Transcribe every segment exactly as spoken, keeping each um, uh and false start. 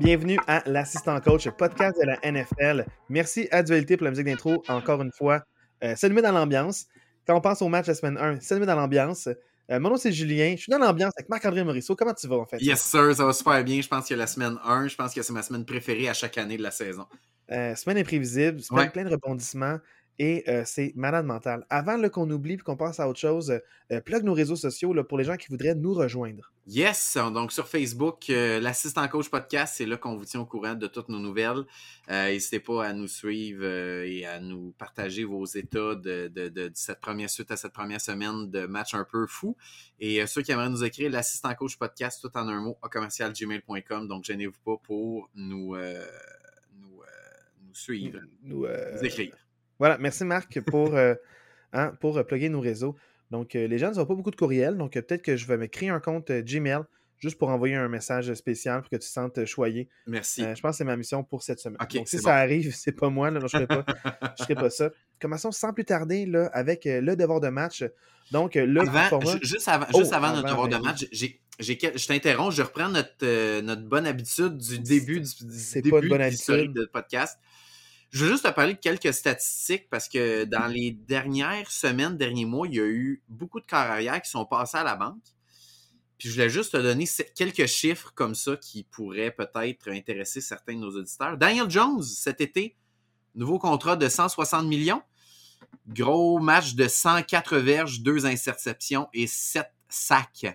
Bienvenue à l'Assistant Coach, podcast de la N F L. Merci à Dualité pour la musique d'intro, encore une fois. Euh, ça nous met dans l'ambiance. Quand on pense au match la semaine un, ça nous met dans l'ambiance. Euh, mon nom, c'est Julien. Je suis dans l'ambiance avec Marc-André Morisseau. Comment tu vas, en fait? Yes, sir, ça va super bien. Je pense que la semaine un, je pense que c'est ma semaine préférée à chaque année de la saison. Euh, semaine imprévisible, semaine Ouais. plein de rebondissements et euh, c'est malade mental. Avant là, qu'on oublie et qu'on passe à autre chose, euh, plug nos réseaux sociaux là, pour les gens qui voudraient nous rejoindre. Yes, donc sur Facebook, euh, l'Assistant Coach Podcast, c'est là qu'on vous tient au courant de toutes nos nouvelles. Euh, n'hésitez pas à nous suivre euh, et à nous partager vos états de, de, de, de cette première suite à cette première semaine de match un peu fou. Et euh, ceux qui aimeraient nous écrire, l'Assistant Coach Podcast, tout en un mot, à commercial gmail point com. Donc, gênez-vous pas pour nous, euh, nous, euh, nous suivre, Nous, euh... nous écrire. Voilà, merci Marc pour, euh, hein, pour euh, plugger nos réseaux. Donc, euh, les gens n'ont pas beaucoup de courriels, donc euh, peut-être que je vais me créer un compte euh, Gmail juste pour envoyer un message spécial pour que tu te sentes euh, choyé. Merci. Euh, je pense que c'est ma mission pour cette semaine. Okay, donc, si c'est ça bon. arrive, c'est pas moi, là, non, je ne ferai pas, je ferai pas ça. Commençons sans plus tarder là, avec euh, le devoir de match. Donc, euh, le avant, format... Juste avant, oh, juste avant, avant notre devoir ben, de match, j'ai, j'ai, je t'interromps, je reprends notre, euh, notre bonne habitude du début, du, du c'est début pas une bonne de l'historique habitude. de podcast. Je veux juste te parler de quelques statistiques parce que dans les dernières semaines, derniers mois, il y a eu beaucoup de corps arrière qui sont passés à la banque. Puis je voulais juste te donner quelques chiffres comme ça qui pourraient peut-être intéresser certains de nos auditeurs. Daniel Jones, cet été, nouveau contrat de cent soixante millions. Gros match de cent quatre verges, deux interceptions et sept sacs.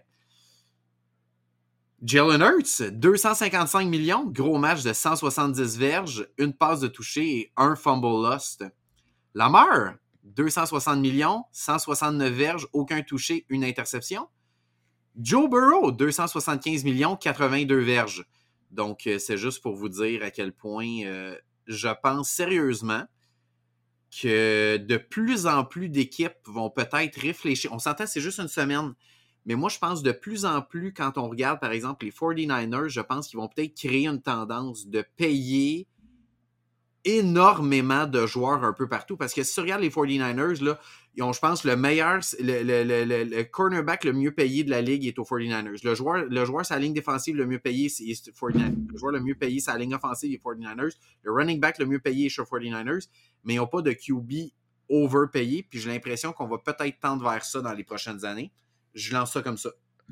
Jalen Hurts, deux cent cinquante-cinq millions, gros match de cent soixante-dix verges, une passe de toucher et un fumble lost. Lamar, deux cent soixante millions, cent soixante-neuf verges, aucun touché, une interception. Joe Burrow, deux cent soixante-quinze millions, quatre-vingt-deux verges. Donc, euh, c'est juste pour vous dire à quel point euh, je pense sérieusement que de plus en plus d'équipes vont peut-être réfléchir. On s'entend, c'est juste une semaine. Mais moi, je pense de plus en plus, quand on regarde, par exemple, les forty-niners, je pense qu'ils vont peut-être créer une tendance de payer énormément de joueurs un peu partout. Parce que si tu regardes les forty-niners, là, ils ont, je pense, le meilleur, le, le, le, le cornerback le mieux payé de la ligue est aux forty-niners. Le joueur, le joueur sa ligne défensive le mieux payé, c'est les forty-niners. Le joueur le mieux payé, sa ligne offensive, est forty-niners. Le running back le mieux payé est chez forty-niners. Mais ils n'ont pas de Q B overpayé. Puis j'ai l'impression qu'on va peut-être tendre vers ça dans les prochaines années. Je lance ça comme ça.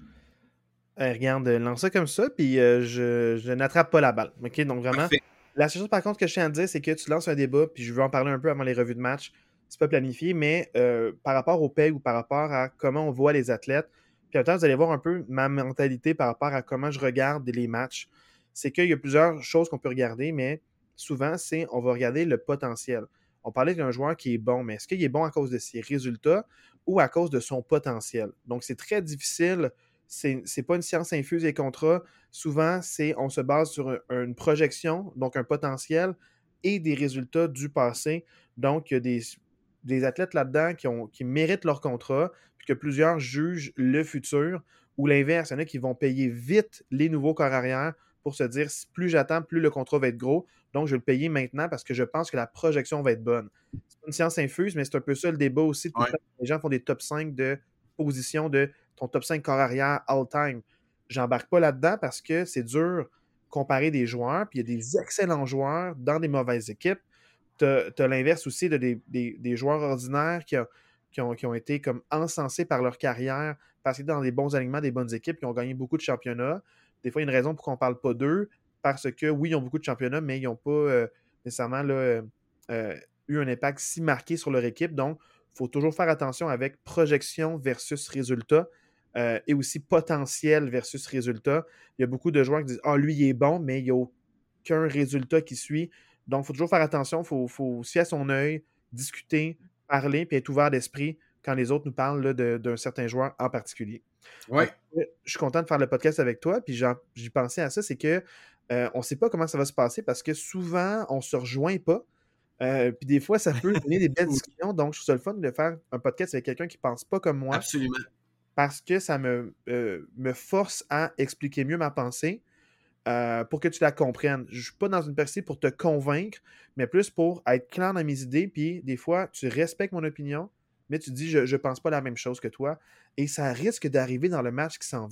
Euh, regarde, lance ça comme ça, puis euh, je, je n'attrape pas la balle. OK, donc vraiment, Parfait. La seule chose par contre que je tiens à te dire, c'est que tu lances un débat, puis je veux en parler un peu avant les revues de match. C'est pas planifié, mais euh, par rapport au paye ou par rapport à comment on voit les athlètes, puis en même temps, vous allez voir un peu ma mentalité par rapport à comment je regarde les matchs. C'est qu'il y a plusieurs choses qu'on peut regarder, mais souvent, c'est on va regarder le potentiel. On parlait d'un joueur qui est bon, mais est-ce qu'il est bon à cause de ses résultats ou à cause de son potentiel? Donc, c'est très difficile. C'est, c'est pas une science infuse les contrats. Souvent, c'est on se base sur un, une projection, donc un potentiel et des résultats du passé. Donc, il y a des, des athlètes là-dedans qui, ont, qui méritent leur contrat, puis que plusieurs jugent le futur, ou l'inverse, il y en a qui vont payer vite les nouveaux corps arrière pour se dire plus j'attends, plus le contrat va être gros. Donc, je vais le payer maintenant parce que je pense que la projection va être bonne. C'est pas une science infuse, mais c'est un peu ça le débat aussi. Tout Ouais. le temps, les gens font des top cinq de position de ton top cinq corps arrière all-time. J'embarque pas là-dedans parce que c'est dur comparer des joueurs, puis il y a des excellents joueurs dans des mauvaises équipes. Tu as l'inverse aussi de des, des, des joueurs ordinaires qui, a, qui, ont, qui ont été comme encensés par leur carrière parce qu'ils étaient dans des bons alignements, des bonnes équipes, qui ont gagné beaucoup de championnats. Des fois, il y a une raison pour qu'on ne parle pas d'eux, parce que oui, ils ont beaucoup de championnats, mais ils n'ont pas euh, nécessairement là, euh, euh, eu un impact si marqué sur leur équipe. Donc, il faut toujours faire attention avec projection versus résultat. Euh, et aussi potentiel versus résultat. Il y a beaucoup de joueurs qui disent « Ah, lui, il est bon, mais il n'y a aucun résultat qui suit. » Donc, il faut toujours faire attention. Il faut, faut se fier à son œil, discuter, parler, puis être ouvert d'esprit quand les autres nous parlent là, de, d'un certain joueur en particulier. Ouais. Donc, je suis content de faire le podcast avec toi, puis j'en, j'y pensais à ça, c'est que euh, on ne sait pas comment ça va se passer parce que souvent, on ne se rejoint pas. Euh, puis des fois, ça peut donner des belles discussions. Donc, je trouve ça le fun de faire un podcast avec quelqu'un qui ne pense pas comme moi. Absolument. Parce que ça me, euh, me force à expliquer mieux ma pensée euh, pour que tu la comprennes. Je ne suis pas dans une perspective pour te convaincre, mais plus pour être clair dans mes idées. Puis des fois, tu respectes mon opinion, mais tu dis je ne pense pas la même chose que toi. Et ça risque d'arriver dans le match qui s'en vient.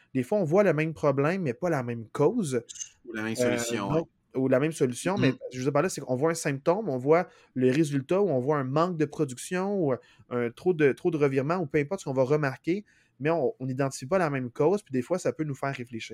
des fois, on voit le même problème, mais pas la même cause. Ou la même Euh, solution, oui. donc, ou la même solution, mais Mm-hmm. je veux dire par là, c'est qu'on voit un symptôme, on voit le résultat, ou on voit un manque de production, ou un, trop, de, trop de revirements, ou peu importe ce qu'on va remarquer, mais on n'identifie pas la même cause, puis des fois, ça peut nous faire réfléchir.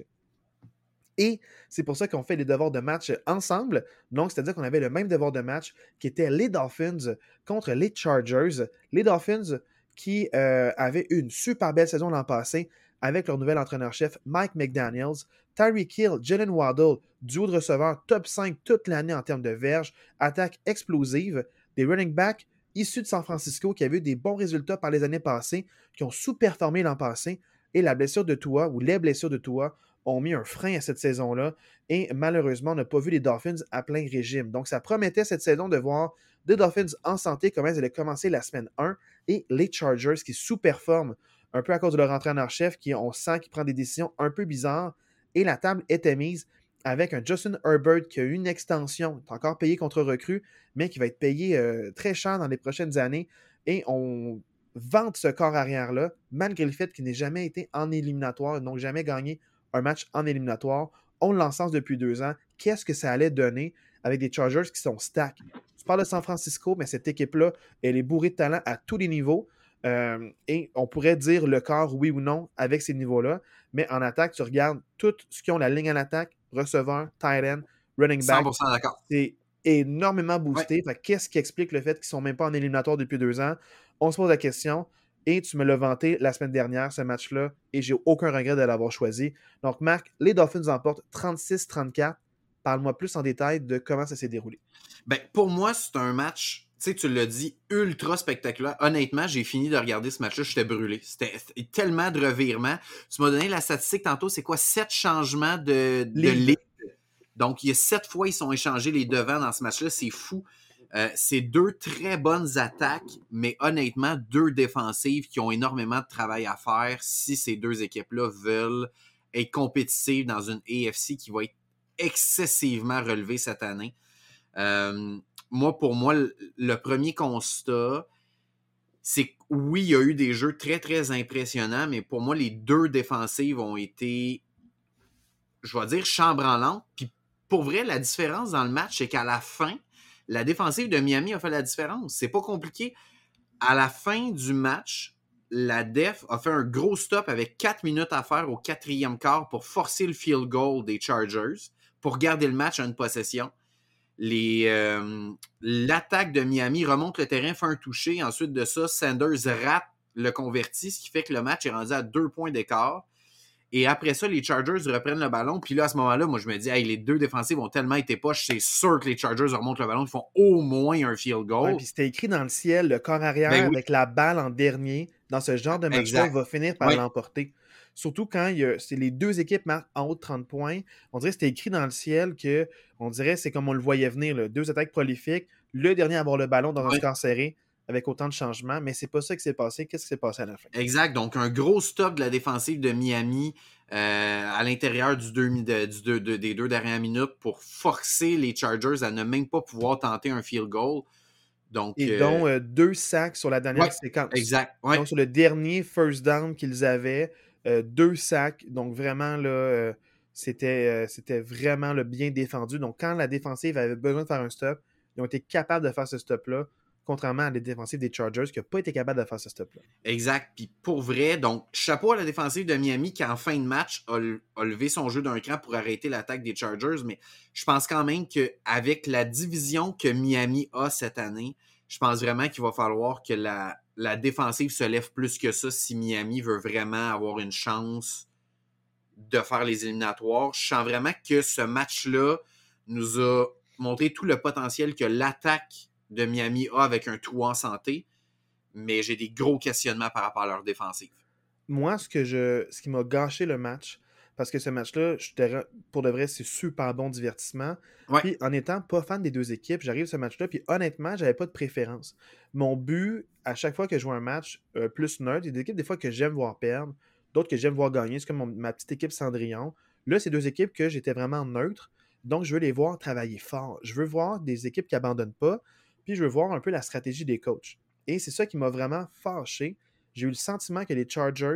Et c'est pour ça qu'on fait les devoirs de match ensemble. Donc, c'est-à-dire qu'on avait le même devoir de match qui était les Dolphins contre les Chargers. Les Dolphins qui euh, avaient eu une super belle saison l'an passé avec leur nouvel entraîneur-chef Mike McDaniels. Tyreek Hill, Jalen Waddle, duo de receveurs top cinq toute l'année en termes de verges, attaque explosive, des running backs issus de San Francisco qui avaient eu des bons résultats par les années passées, qui ont sous-performé l'an passé. Et la blessure de Tua, ou les blessures de Tua, ont mis un frein à cette saison-là et malheureusement, on n'a pas vu les Dolphins à plein régime. Donc, ça promettait cette saison de voir des Dolphins en santé, comment ils allaient commencer la semaine un, et les Chargers qui sous-performent un peu à cause de leur entraîneur-chef, qui on sent qu'il prend des décisions un peu bizarres, et la table était mise avec un Justin Herbert qui a eu une extension, est encore payé contre recrue, mais qui va être payé euh, très cher dans les prochaines années, et on vante ce corps arrière-là, malgré le fait qu'il n'ait jamais été en éliminatoire, donc jamais gagné un match en éliminatoire. On l'encense depuis deux ans. Qu'est-ce que ça allait donner avec des Chargers qui sont stack? Tu parles de San Francisco, mais cette équipe-là, elle est bourrée de talent à tous les niveaux. Euh, et on pourrait dire le corps, oui ou non, avec ces niveaux-là. Mais en attaque, tu regardes tout ce qui ont la ligne en attaque, receveur, tight end, running back. cent pour cent d'accord. C'est énormément boosté. Ouais. Qu'est-ce qui explique le fait qu'ils ne sont même pas en éliminatoire depuis deux ans? On se pose la question. Et tu me l'as vanté la semaine dernière, ce match-là, et j'ai aucun regret de l'avoir choisi. Donc, Marc, les Dolphins emportent trente-six trente-quatre. Parle-moi plus en détail de comment ça s'est déroulé. Ben, pour moi, c'est un match, tu sais, tu l'as dit, ultra spectaculaire. Honnêtement, j'ai fini de regarder ce match-là, j'étais brûlé. C'était, c'était tellement de revirements. Tu m'as donné la statistique tantôt, c'est quoi? Sept changements de, de ligne. Donc, il y a sept fois ils sont échangés les devants dans ce match-là. C'est fou. Euh, c'est deux très bonnes attaques, mais honnêtement, deux défensives qui ont énormément de travail à faire si ces deux équipes-là veulent être compétitives dans une A F C qui va être excessivement relevée cette année. Euh, moi, pour moi, le, le premier constat, c'est que oui, il y a eu des jeux très, très impressionnants, mais pour moi, les deux défensives ont été, je vais dire, chambranlantes. Puis pour vrai, la différence dans le match, c'est qu'à la fin, la défensive de Miami a fait la différence. C'est pas compliqué. À la fin du match, la def a fait un gros stop avec quatre minutes à faire au quatrième quart pour forcer le field goal des Chargers, pour garder le match à une possession. Les, euh, l'attaque de Miami remonte le terrain, fait un toucher. Ensuite de ça, Sanders rate le converti, ce qui fait que le match est rendu à deux points d'écart. Et après ça, les Chargers reprennent le ballon. Puis là, à ce moment-là, moi, je me dis, hey, les deux défensives ont tellement été poches, c'est sûr que les Chargers remontent le ballon, ils font au moins un field goal. Ouais, puis c'était écrit dans le ciel, le corps arrière ben oui. avec la balle en dernier, dans ce genre de match-là, va finir par ouais. l'emporter. Surtout quand il y a, c'est les deux équipes marquent en haut de trente points. On dirait que c'était écrit dans le ciel que, on dirait, c'est comme on le voyait venir, là, deux attaques prolifiques, le dernier à avoir le ballon dans ouais. un score serré, avec autant de changements, mais c'est pas ça qui s'est passé. Qu'est-ce qui s'est passé à la fin? Exact. Donc, un gros stop de la défensive de Miami euh, à l'intérieur du deux, de, du deux, de, des deux dernières minutes pour forcer les Chargers à ne même pas pouvoir tenter un field goal. Donc, Et dont euh, deux sacs sur la dernière ouais, séquence. Exact. Ouais. Donc, sur le dernier first down qu'ils avaient, euh, deux sacs. Donc, vraiment, là, euh, c'était, euh, c'était vraiment là, bien défendu. Donc, quand la défensive avait besoin de faire un stop, ils ont été capables de faire ce stop-là. Contrairement à la défensive des Chargers qui n'a pas été capable de faire ce stop-là. Exact. Puis pour vrai, donc chapeau à la défensive de Miami qui, en fin de match, a, a levé son jeu d'un cran pour arrêter l'attaque des Chargers. Mais je pense quand même qu'avec la division que Miami a cette année, je pense vraiment qu'il va falloir que la, la défensive se lève plus que ça si Miami veut vraiment avoir une chance de faire les éliminatoires. Je sens vraiment que ce match-là nous a montré tout le potentiel que l'attaque de Miami a avec un trou en santé, mais j'ai des gros questionnements par rapport à leur défensive. Moi, ce que je, ce qui m'a gâché le match, parce que ce match-là, je te, pour de vrai, c'est super bon divertissement. Ouais. Puis en étant pas fan des deux équipes, j'arrive à ce match-là, puis honnêtement, j'avais pas de préférence. Mon but, à chaque fois que je joue un match euh, plus neutre, il y a des équipes des fois que j'aime voir perdre, d'autres que j'aime voir gagner, c'est comme mon, ma petite équipe Cendrillon. Là, c'est deux équipes que j'étais vraiment neutre, donc je veux les voir travailler fort. Je veux voir des équipes qui abandonnent pas, puis je veux voir un peu la stratégie des coachs. Et c'est ça qui m'a vraiment fâché. J'ai eu le sentiment que les Chargers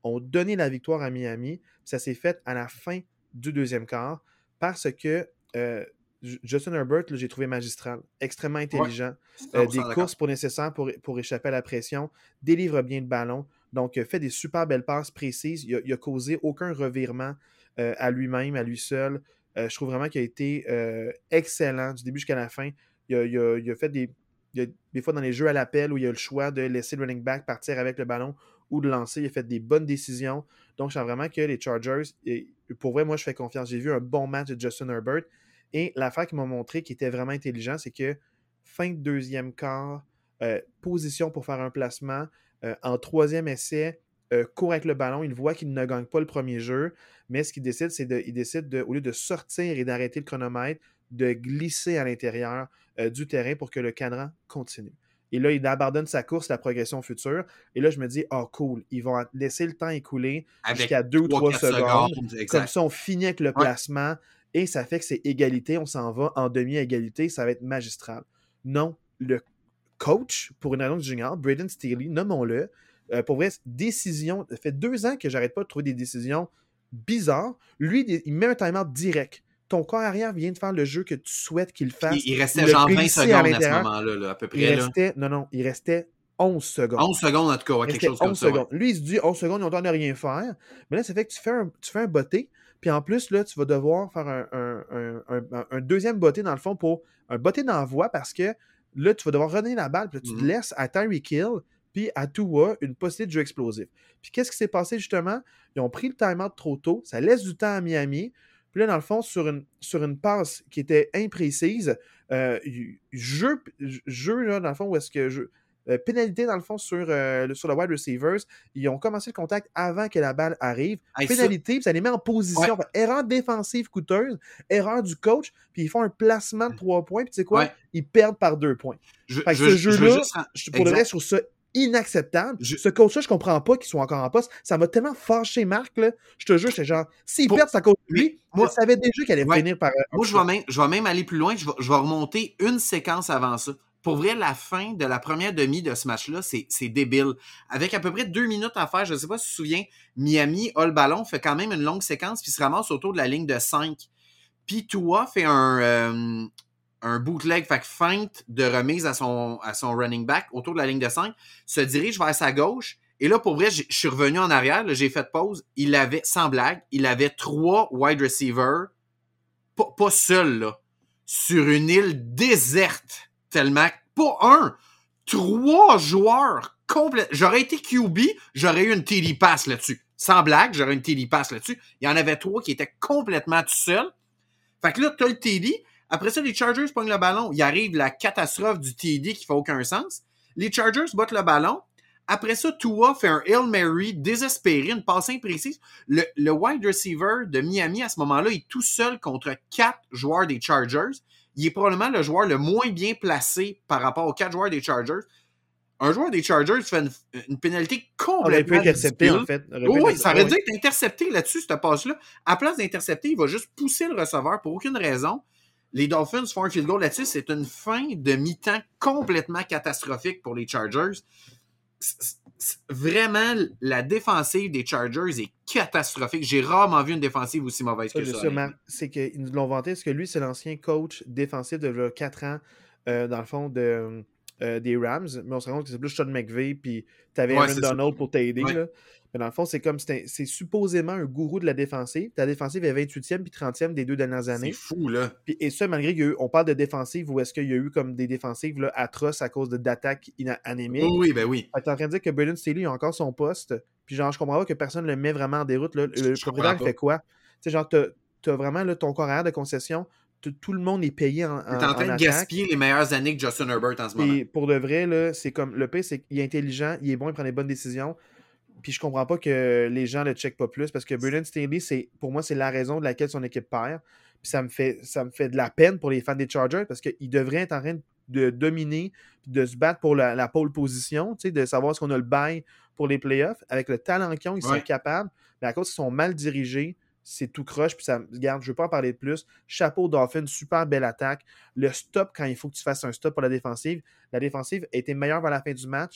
ont donné la victoire à Miami. Ça s'est fait à la fin du deuxième quart parce que euh, Justin Herbert, là, j'ai trouvé magistral, extrêmement Ouais, intelligent, euh, des cent pour cent d'accord. courses pour nécessaires pour, pour échapper à la pression, délivre bien le ballon, donc euh, fait des super belles passes précises. Il a, il a causé aucun revirement euh, à lui-même, à lui seul. Euh, je trouve vraiment qu'il a été euh, excellent du début jusqu'à la fin. Il a, il a, il a fait des, il a, des fois dans les jeux à l'appel où il a le choix de laisser le running back partir avec le ballon ou de lancer. Il a fait des bonnes décisions. Donc, je sens vraiment que les Chargers, et pour vrai, moi, je fais confiance. J'ai vu un bon match de Justin Herbert. Et l'affaire qui m'a montré qui était vraiment intelligent, c'est que fin de deuxième quart, euh, position pour faire un placement, euh, en troisième essai, euh, court avec le ballon, il voit qu'il ne gagne pas le premier jeu, mais ce qu'il décide, c'est de, il décide de, au lieu de sortir et d'arrêter le chronomètre, de glisser à l'intérieur euh, du terrain pour que le cadran continue. Et là, il abandonne sa course, la progression future. Et là, je me dis, oh cool, ils vont laisser le temps écouler jusqu'à Avec deux ou trois secondes. secondes, exact. Comme ça, on finit avec le ouais. placement. Et ça fait que c'est égalité, on s'en va en demi-égalité, ça va être magistral. Non, le coach, pour une raison que j'ignore, Braden Staley, nommons-le, euh, pour vrai, décision, ça fait deux ans que j'arrête pas de trouver des décisions bizarres. Lui, il met un timer direct. Ton corps arrière vient de faire le jeu que tu souhaites qu'il fasse. Il, il restait genre vingt secondes à, à ce moment-là, là, à peu près. Il là. restait, non, non, il restait onze secondes. onze secondes en tout cas, ouais, quelque chose comme ça. secondes. Ouais. Lui, il se dit onze secondes, ils ont le temps de rien faire. Mais là, ça fait que tu fais un, tu fais un botté. Puis en plus, là, tu vas devoir faire un, un, un, un, un deuxième botté dans le fond pour un botté d'envoi parce que là, tu vas devoir redonner la balle. Puis là, tu mm-hmm. te laisses à Tyreek Hill puis à Tua une possibilité de jeu explosif. Puis qu'est-ce qui s'est passé justement? Ils ont pris le timeout trop tôt. Ça laisse du temps à Miami. Puis là, dans le fond, sur une, sur une passe qui était imprécise, euh, jeu, jeu là, dans le fond, où est-ce que je. Euh, pénalité, dans le fond, sur, euh, sur le wide receivers. Ils ont commencé le contact avant que la balle arrive. Hey, pénalité, ça... puis ça les met en position. Ouais. Enfin, erreur défensive coûteuse, erreur du coach, puis ils font un placement de trois points, puis tu sais quoi? Ouais. Ils perdent par deux points. Je, fait que je, ce jeu-là, juste... pour le reste, je trouve ça inacceptable. Je... Ce coach-là, je comprends pas qu'il soit encore en poste. Ça m'a tellement fâché, Marc, là. Je te jure, c'est genre, s'ils pour... perdent sa cause de lui, moi, je savais déjà qu'elle allait ouais. finir par... Moi, je vais, même, je vais même aller plus loin. Je vais, je vais remonter une séquence avant ça. Pour vrai, la fin de la première demi de ce match-là, c'est, c'est débile. Avec à peu près deux minutes à faire, je ne sais pas si tu te souviens, Miami a le ballon, fait quand même une longue séquence, puis se ramasse autour de la ligne de cinq. Puis Tua fait un, euh, un bootleg, fait que feinte de remise à son, à son running back autour de la ligne de cinq, se dirige vers sa gauche. Et là, pour vrai, je suis revenu en arrière, là, j'ai fait pause. Il avait, sans blague, il avait trois wide receivers, pas, pas seul, là, sur une île déserte. Tellement, pas un, trois joueurs complètes. J'aurais été Q B, j'aurais eu une T D pass là-dessus. Sans blague, j'aurais une T D pass là-dessus. Il y en avait trois qui étaient complètement tout seuls. Fait que là, t'as le T D. Après ça, les Chargers pognent le ballon. Il arrive la catastrophe du T D qui fait aucun sens. Les Chargers battent le ballon. Après ça, Tua fait un Hail Mary désespéré, une passe imprécise. Le, le wide receiver de Miami, à ce moment-là, est tout seul contre quatre joueurs des Chargers. Il est probablement le joueur le moins bien placé par rapport aux quatre joueurs des Chargers. Un joueur des Chargers fait une, une pénalité complètement... On aurait pu intercepter, en fait. Oh, oui, ça aurait dû être intercepté là-dessus, cette passe-là. À place d'intercepter, il va juste pousser le receveur pour aucune raison. Les Dolphins font un field goal là-dessus. C'est une fin de mi-temps complètement catastrophique pour les Chargers. C'est, c'est, vraiment, la défensive des Chargers est catastrophique. J'ai rarement vu une défensive aussi mauvaise que ça. ça Marc, c'est qu'ils nous l'ont vanté, parce que lui, c'est l'ancien coach défensif de quatre ans, euh, dans le fond, de, euh, des Rams. Mais on se rend compte que c'est plus Sean McVay, puis t'avais ouais, Aaron Donald ça. Pour t'aider. Ouais. Là. Mais dans le fond, c'est comme, c'est, c'est supposément un gourou de la défensive. Ta défensive est vingt-huitième puis trentième des deux dernières années. C'est fou, là. Puis, et ça, malgré qu'on parle de défensive, où est-ce qu'il y a eu comme des défensives là, atroces à cause de, d'attaques anémiques. Oui, oui, ben oui. Fait que t'es en train de dire que Braden Staley a encore son poste. Puis genre, je comprends pas que personne ne le met vraiment en déroute. Là. Le, le propriétaire, il fait quoi? Tu sais, genre, t'as, t'as vraiment là, ton corps arrière de concession. Tout le monde est payé en, en T'es en train en de gaspiller les meilleures années que Justin Herbert en ce moment. Et pour de vrai, là, c'est comme le pire, c'est qu'il est intelligent, il est bon, il prend des bonnes décisions. Puis je comprends pas que les gens le checkent pas plus parce que Braden Staley, c'est, pour moi, c'est la raison de laquelle son équipe perd. Puis ça me fait, ça me fait de la peine pour les fans des Chargers parce qu'ils devraient être en train de dominer puis de se battre pour la, la pole position, de savoir si on a le bail pour les playoffs. Avec le talent qu'ils ont, ils ouais. sont capables, mais à cause qu'ils sont mal dirigés, c'est tout croche, puis ça garde, je ne veux pas en parler de plus. Chapeau Dolphins, super belle attaque. Le stop, quand il faut que tu fasses un stop pour la défensive, la défensive a été meilleure vers la fin du match.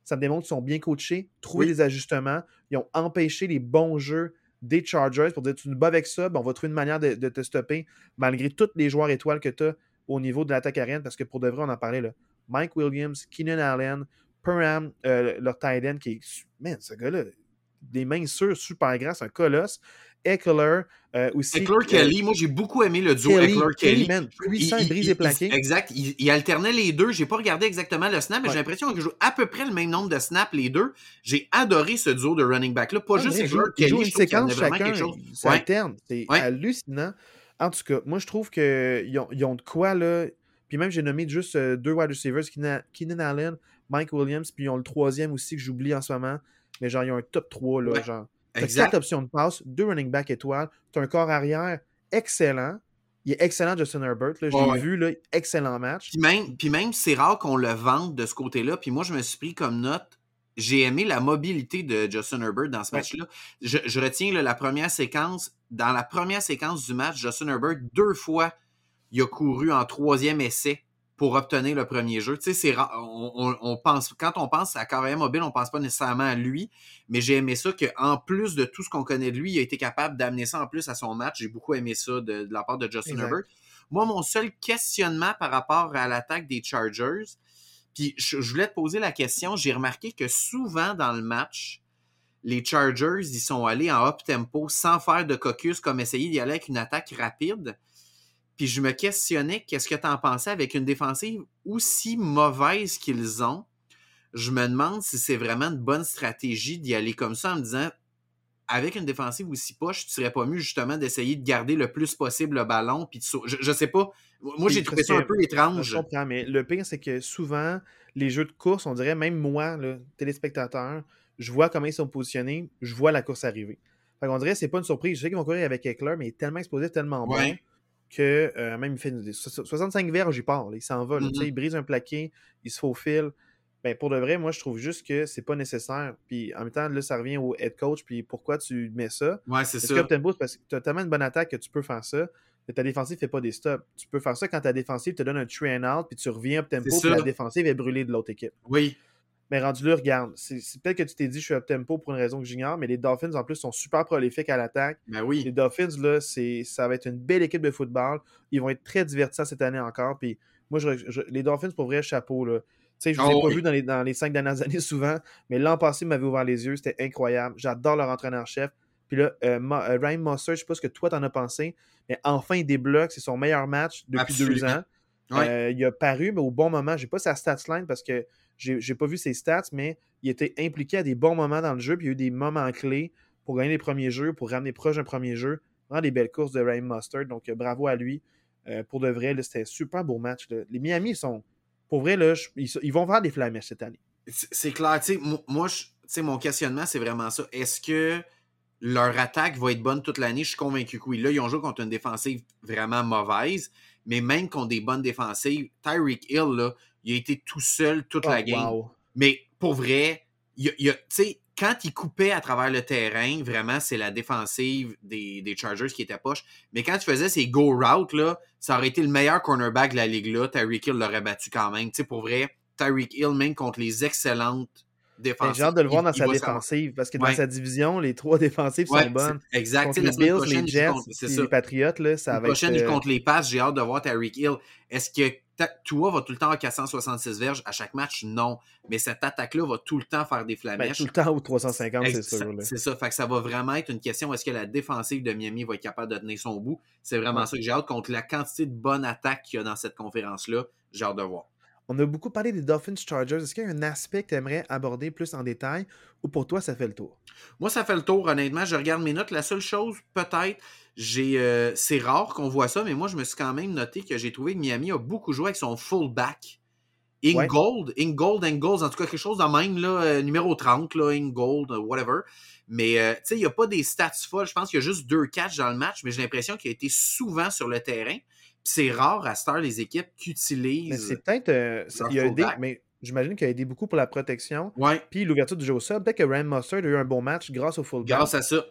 Ça me démontre qu'ils sont bien coachés, trouvé Oui. des ajustements. Ils ont empêché les bons jeux des Chargers pour dire tu nous bats avec ça, ben on va trouver une manière de, de te stopper malgré tous les joueurs étoiles que tu as au niveau de l'attaque aérienne. Parce que pour de vrai, on en parlait là. Mike Williams, Keenan Allen, Perham, euh, leur tight end qui est. Man, ce gars-là, des mains sûres, super grands, c'est un colosse. Eckler, euh, aussi. Eckler Kelly, euh, moi j'ai beaucoup aimé le duo Kelly, Eckler Kelly. Kelly, man, puissant, il, brise et plaqué. Exact, il, il alternait les deux. J'ai pas regardé exactement le snap, mais ouais. j'ai l'impression qu'ils jouent à peu près le même nombre de snaps les deux. J'ai adoré ce duo de running back là, pas ah, juste Eckler joue, Kelly. Ils jouent une séquence chacun, ils s'alternent. C'est ouais. hallucinant. En tout cas, moi je trouve qu'ils ont, ils ont de quoi là. Puis même j'ai nommé juste euh, deux wide receivers, Keenan Allen, Mike Williams, puis ils ont le troisième aussi que j'oublie en ce moment. Mais genre, ils ont un top trois là, ouais. genre. T'as quatre options de passe, deux running back étoiles, t'as un corps arrière excellent. Il est excellent, Justin Herbert. Là. Je l'ai ouais. vu, là, excellent match. Puis même, puis même c'est rare qu'on le vende de ce côté-là. Puis moi, je me suis pris comme note. J'ai aimé la mobilité de Justin Herbert dans ce ouais. match-là. Je, je retiens là, la première séquence. Dans la première séquence du match, Justin Herbert, deux fois, il a couru en troisième essai pour obtenir le premier jeu. Tu sais, c'est rare. On, on, on pense, quand on pense à carrière mobile, on pense pas nécessairement à lui, mais j'ai aimé ça qu'en plus de tout ce qu'on connaît de lui, il a été capable d'amener ça en plus à son match. J'ai beaucoup aimé ça de, de la part de Justin exact. Herbert. Moi, mon seul questionnement par rapport à l'attaque des Chargers, puis je, je voulais te poser la question, j'ai remarqué que souvent dans le match, les Chargers, ils sont allés en up-tempo sans faire de caucus, comme essayer d'y aller avec une attaque rapide. Puis je me questionnais, qu'est-ce que tu en pensais avec une défensive aussi mauvaise qu'ils ont? Je me demande si c'est vraiment une bonne stratégie d'y aller comme ça en me disant, avec une défensive aussi poche, tu serais pas mieux justement d'essayer de garder le plus possible le ballon. Puis de sau- je, je sais pas. Moi, j'ai trouvé ça un peu étrange. Je comprends, mais le pire, c'est que souvent, les jeux de course, on dirait, même moi, le téléspectateur, je vois comment ils sont positionnés, je vois la course arriver. Fait qu'on dirait, c'est pas une surprise. Je sais qu'ils vont courir avec Eckler, mais il est tellement explosif, tellement ouais. bon. que euh, même il fait une, soixante-cinq verges, il part, là, il s'en va, là, mm-hmm. il brise un plaqué, il se faufile. Ben, pour de vrai, moi, je trouve juste que c'est pas nécessaire. Puis en même temps, là, ça revient au head coach, puis pourquoi tu mets ça? Ouais, c'est Parce ça. que tempo, c'est parce que tu as tellement une bonne attaque que tu peux faire ça, mais ta défensive fait pas des stops. Tu peux faire ça quand ta défensive te donne un three and out, puis tu reviens up tempo, puis la défensive est brûlée de l'autre équipe. Oui. Mais rendu là, regarde, c'est, c'est peut-être que tu t'es dit je suis up tempo pour une raison que j'ignore, mais les Dolphins en plus sont super prolifiques à l'attaque. Ben oui. Les Dolphins, là, c'est, ça va être une belle équipe de football. Ils vont être très divertissants cette année encore. Puis moi, je, je, les Dolphins, pour vrai, chapeau. Là. Tu sais, je ne les ai oh, pas oui. vus dans les, dans les cinq dernières années souvent, mais l'an passé, ils m'avaient ouvert les yeux. C'était incroyable. J'adore leur entraîneur-chef. Puis là, euh, Ma, euh, Ryan Mostert, je ne sais pas ce que toi t'en as pensé, mais enfin, il débloque. C'est son meilleur match depuis Absolument. deux ans. Ouais. Euh, il a paru, mais au bon moment. Je n'ai pas sa stats line parce que j'ai, j'ai pas vu ses stats, mais il était impliqué à des bons moments dans le jeu. Puis il y a eu des moments clés pour gagner les premiers jeux, pour ramener proche d'un premier jeu. Vraiment des belles courses de Ryan Mostert. Donc, euh, bravo à lui. Euh, pour de vrai, là, c'était un super beau match. Là. Les Miami, ils sont. Pour vrai, là, je, ils, ils vont faire des flamèches cette année. C'est, c'est clair. Tu sais, moi, je, tu sais, mon questionnement, c'est vraiment ça. Est-ce que leur attaque va être bonne toute l'année? Je suis convaincu que oui. Là, ils ont joué contre une défensive vraiment mauvaise, mais même contre des bonnes défensives, Tyreek Hill, là, il a été tout seul toute oh, la game. Wow. Mais pour vrai, il, il, tu sais, quand il coupait à travers le terrain, vraiment, c'est la défensive des, des Chargers qui était poche. Mais quand tu faisais ces go routes, là, ça aurait été le meilleur cornerback de la ligue là. Tyreek Hill l'aurait battu quand même. Tu sais, pour vrai, Tyreek Hill, même contre les excellentes défensives. J'ai hâte de le voir il, dans il sa défensive, savoir. Parce que ouais. dans sa division, les trois défensives ouais, sont bonnes. Exact. Contre les Bills, les Jets, contre, les Patriots, là, ça la va prochaine, être... Euh... contre les passes, j'ai hâte de voir Tyreek Hill. Est-ce que Tua va tout le temps avoir quatre cent soixante-six verges à chaque match? Non. Mais cette attaque-là va tout le temps faire des flamèches. Ben, tout le temps ou trois cent cinquante, c'est, c'est sûr. Là. C'est ça. Fait que ça va vraiment être une question. Est-ce que la défensive de Miami va être capable de tenir son bout? C'est vraiment ouais. ça que j'ai hâte. Contre la quantité de bonnes attaques qu'il y a dans cette conférence-là, j'ai hâte de voir. On a beaucoup parlé des Dolphins Chargers. Est-ce qu'il y a un aspect que tu aimerais aborder plus en détail ou pour toi, ça fait le tour? Moi, ça fait le tour, honnêtement. Je regarde mes notes. La seule chose, peut-être, j'ai, euh, c'est rare qu'on voit ça, mais moi, je me suis quand même noté que j'ai trouvé que Miami a beaucoup joué avec son fullback. Ingold, ouais. Ingold, Ingold, en tout cas, quelque chose de même, là, euh, numéro trente, là, Ingold, whatever. Mais, euh, tu sais, il n'y a pas des stats folles. Je pense qu'il y a juste deux catchs dans le match, mais j'ai l'impression qu'il a été souvent sur le terrain. C'est rare à cette heure les équipes qui utilisent. Mais c'est peut-être. Euh, il a aidé, mais j'imagine qu'il a aidé beaucoup pour la protection. Ouais. Puis l'ouverture du jeu au sol. Peut-être que Ryan Mostert a eu un bon match grâce au fullback. Grâce à ça.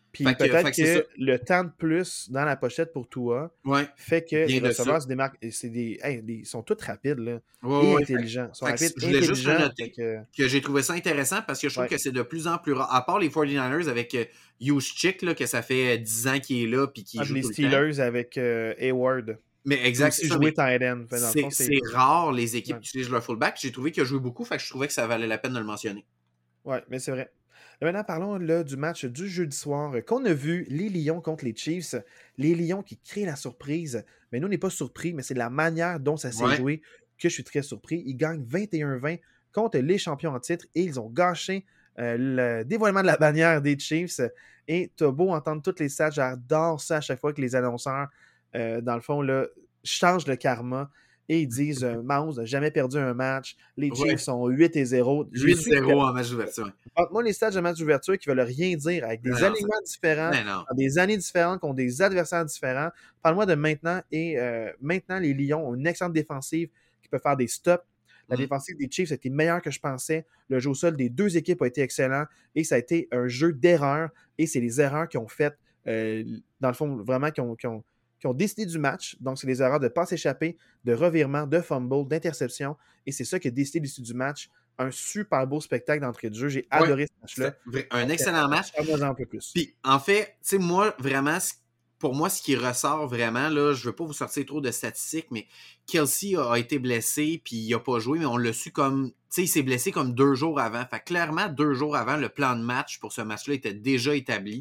Puis Fait que, peut-être fait que c'est ça. que le temps de plus dans la pochette pour Tua Ouais. fait que Bien les de receveurs ça. se démarquent. Et c'est des, hey, des- ils sont tous rapides là, Ouais, et ouais. Fait, intelligents. Ils sont fait que rapides je et voulais juste le intelligents. Fait noter que, que j'ai trouvé ça intéressant parce que je trouve ouais. que c'est de plus en plus rare. À part les forty-niners avec euh, Juszczyk, là, que ça fait euh, dix ans qu'il est là puis qu'il Ah, puis joue les tout le temps. Steelers avec euh, Hayward. Mais Peut exact, c'est aussi ça. jouer Mais tight end. Fait, dans le c'est fond, c'est. c'est rare les Ouais. équipes qui utilisent leur fullback. J'ai trouvé qu'il a joué beaucoup, fait que je trouvais que ça valait la peine de le mentionner. Ouais, mais c'est vrai. Là, maintenant, parlons là, du match du jeudi soir euh, qu'on a vu, les Lions contre les Chiefs. Les Lions qui créent la surprise. Mais nous, on n'est pas surpris, mais c'est la manière dont ça s'est Ouais. joué que je suis très surpris. Ils gagnent vingt et un vingt contre les champions en titre et ils ont gâché euh, le dévoilement de la bannière des Chiefs. Et t'as beau entendre toutes les stats, j'adore ça à chaque fois que les annonceurs, euh, dans le fond, là, changent le karma. Et ils disent euh, Mahomes n'a jamais perdu un match. Les Chiefs Ouais. sont huit et zéro. J'ai huit su que zéro en match d'ouverture. entre-moi les stats de match d'ouverture qui veulent rien dire, avec Non, des non, ça- alignements différents, ben non. dans des années différentes, contre des adversaires différents. Parle-moi de maintenant. Et euh, maintenant, les Lions ont une excellente défensive qui peut faire des stops. La Mm. défensive des Chiefs a été meilleure que je pensais. Le jeu au sol des deux équipes a été excellent. Et ça a été un jeu d'erreurs. Et c'est les erreurs qui ont fait, euh, dans le fond, vraiment, qui ont, qui ont, qui ont décidé du match. Donc, c'est les erreurs de passe échappée, de revirement, de fumble, d'interception. Et c'est ça qui a décidé l'issue du match. Un super beau spectacle d'entrée de jeu. J'ai Ouais. adoré ce match-là. C'était un Donc, excellent euh, match. parle-moi un peu plus. Puis, en fait, tu sais, moi, vraiment, ce- pour moi, ce qui ressort vraiment, là, je veux pas vous sortir trop de statistiques, mais Kelsey a, a été blessé, puis il a pas joué, mais on l'a su comme, tu sais, il s'est blessé comme deux jours avant. Fait que clairement, deux jours avant, le plan de match pour ce match-là était déjà établi.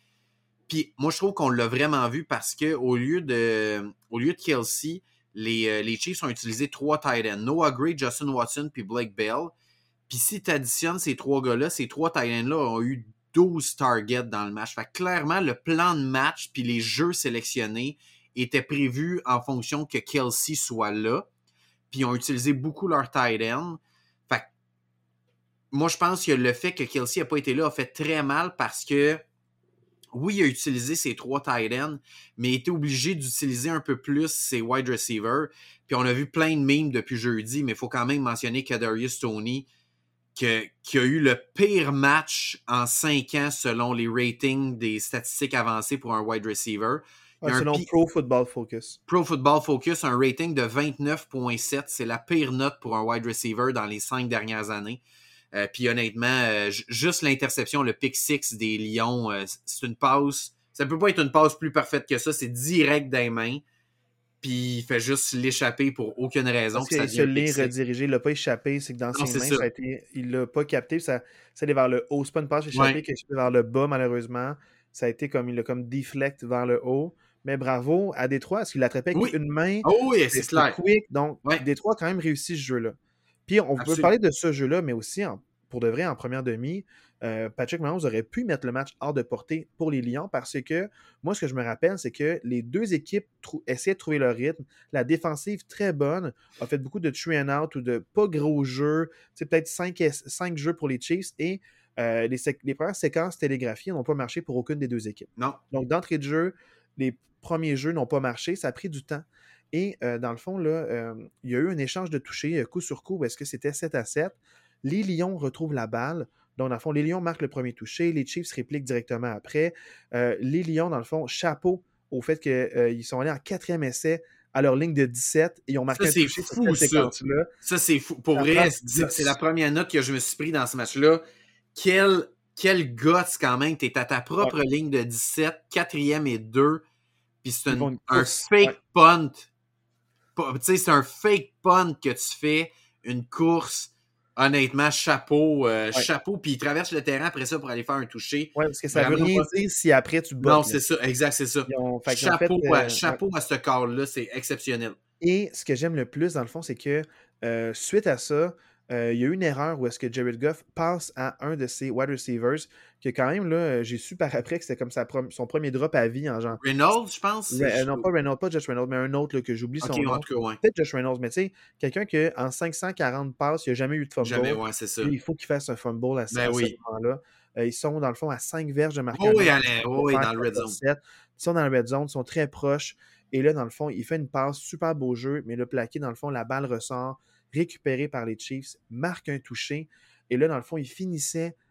Puis, moi, je trouve qu'on l'a vraiment vu parce que au lieu de, au lieu de Kelsey, les, euh, les Chiefs ont utilisé trois tight ends. Noah Gray, Justin Watson, puis Blake Bell. Puis si tu additionnes ces trois gars-là, ces trois tight ends-là ont eu douze targets dans le match. Fait que clairement, le plan de match puis les jeux sélectionnés étaient prévus en fonction que Kelsey soit là. Puis ils ont utilisé beaucoup leur tight end. Fait que moi, je pense que le fait que Kelsey n'a pas été là a fait très mal parce que oui, il a utilisé ses trois tight ends, mais il était obligé d'utiliser un peu plus ses wide receivers. Puis on a vu plein de memes depuis jeudi, mais il faut quand même mentionner Kadarius Toney, Que, qui a eu le pire match en cinq ans selon les ratings des statistiques avancées pour un wide receiver. Il y a Ouais, un selon pi- Pro Football Focus. Pro Football Focus, un rating de vingt-neuf virgule sept. C'est la pire note pour un wide receiver dans les cinq dernières années. Euh, puis honnêtement, euh, j- juste l'interception, le pick six des Lions, euh, c'est une passe. Ça peut pas être une passe plus parfaite que ça. C'est direct dans les mains. Puis il fait juste l'échapper pour aucune raison. Parce Puis ça qu'il se devient un pick l'est six. redirigé, il l'a pas échappé, c'est que dans Non, ses c'est mains, ça. ça a été, il l'a pas capté, ça, ça allait vers le haut. C'est pas une passe échappée Ouais. qui est échappée vers le bas, malheureusement. Ça a été comme, il l'a comme deflect vers le haut. Mais bravo à Détroit, parce qu'il l'attrapait avec Oui. une main. Oh oui, c'est C'était clair. quick. Donc, Ouais, Détroit a quand même réussi ce jeu-là. Puis, on peut absolument. parler de ce jeu-là, mais aussi, en- pour de vrai, en première demi, euh, Patrick Mahomes aurait pu mettre le match hors de portée pour les Lions parce que, moi, ce que je me rappelle, c'est que les deux équipes trou- essayaient de trouver leur rythme. La défensive, très bonne, a fait beaucoup de three and out ou de pas gros jeux. C'est peut-être cinq jeux pour les Chiefs et euh, les, sé- les premières séquences télégraphiées n'ont pas marché pour aucune des deux équipes. Non. Donc, d'entrée de jeu, les premiers jeux n'ont pas marché. Ça a pris du temps. Et euh, dans le fond, là, euh, il y a eu un échange de toucher euh, coup sur coup où est-ce que c'était sept à sept. Les Lions retrouvent la balle. Donc, dans le fond, les Lions marquent le premier toucher. Les Chiefs répliquent directement après. Euh, les Lions, dans le fond, chapeau au fait qu'ils euh, sont allés en quatrième essai à leur ligne de dix-sept et ils ont marqué Ça, un c'est toucher sur fou, cette ça. séquence-là. Ça, c'est fou. Pour Ça vrai, prend- c'est c'est la première note que je me suis pris dans ce match-là. Quel, quel guts quand même. T'es à ta propre Ouais. ligne de dix-sept, quatrième et deux, puis c'est Ils un, font une un course. fake Ouais. punt. Pas- Tu sais, c'est un fake punt que tu fais, une course. Honnêtement, chapeau, euh, Ouais. chapeau, puis il traverse le terrain après ça pour aller faire un toucher. Ouais, parce que ça veut Vraiment, rien moi- dire si après tu Non, bottes. c'est ça, exact, c'est ça. Ils ont, fait qu'ils ont fait, Chapeau, euh, à, ouais. chapeau à ce corps-là, c'est exceptionnel. Et ce que j'aime le plus, dans le fond, c'est que euh, suite à ça, euh, il y a eu une erreur où est-ce que Jared Goff passe à un de ses wide receivers, que quand même, là, euh, j'ai su par après que c'était comme sa prom- son premier drop à vie en genre. Reynolds, je pense. Re- c'est- euh, non, pas Reynolds, pas Josh Reynolds, mais un autre là, que j'oublie Ok, son en nom. tout cas, ouais. Peut-être Josh Reynolds, mais tu sais, quelqu'un qui, en cinq cent quarante passes, il n'a jamais eu de fumble. Jamais, ouais, c'est ça. Lui, il faut qu'il fasse un fumble à, Ben à ce oui. moment-là. Euh, ils sont, dans le fond, à cinq verges de marquer Oh un oui, autre allez, oh pour oui, faire dans le red zone. quatorze sept. Ils sont dans le red zone, ils sont très proches. Et là, dans le fond, il fait une passe, super beau jeu, mais le plaqué, dans le fond, la balle ressort, récupérée par les Chiefs, marque un toucher. Et là, dans le fond, il finissait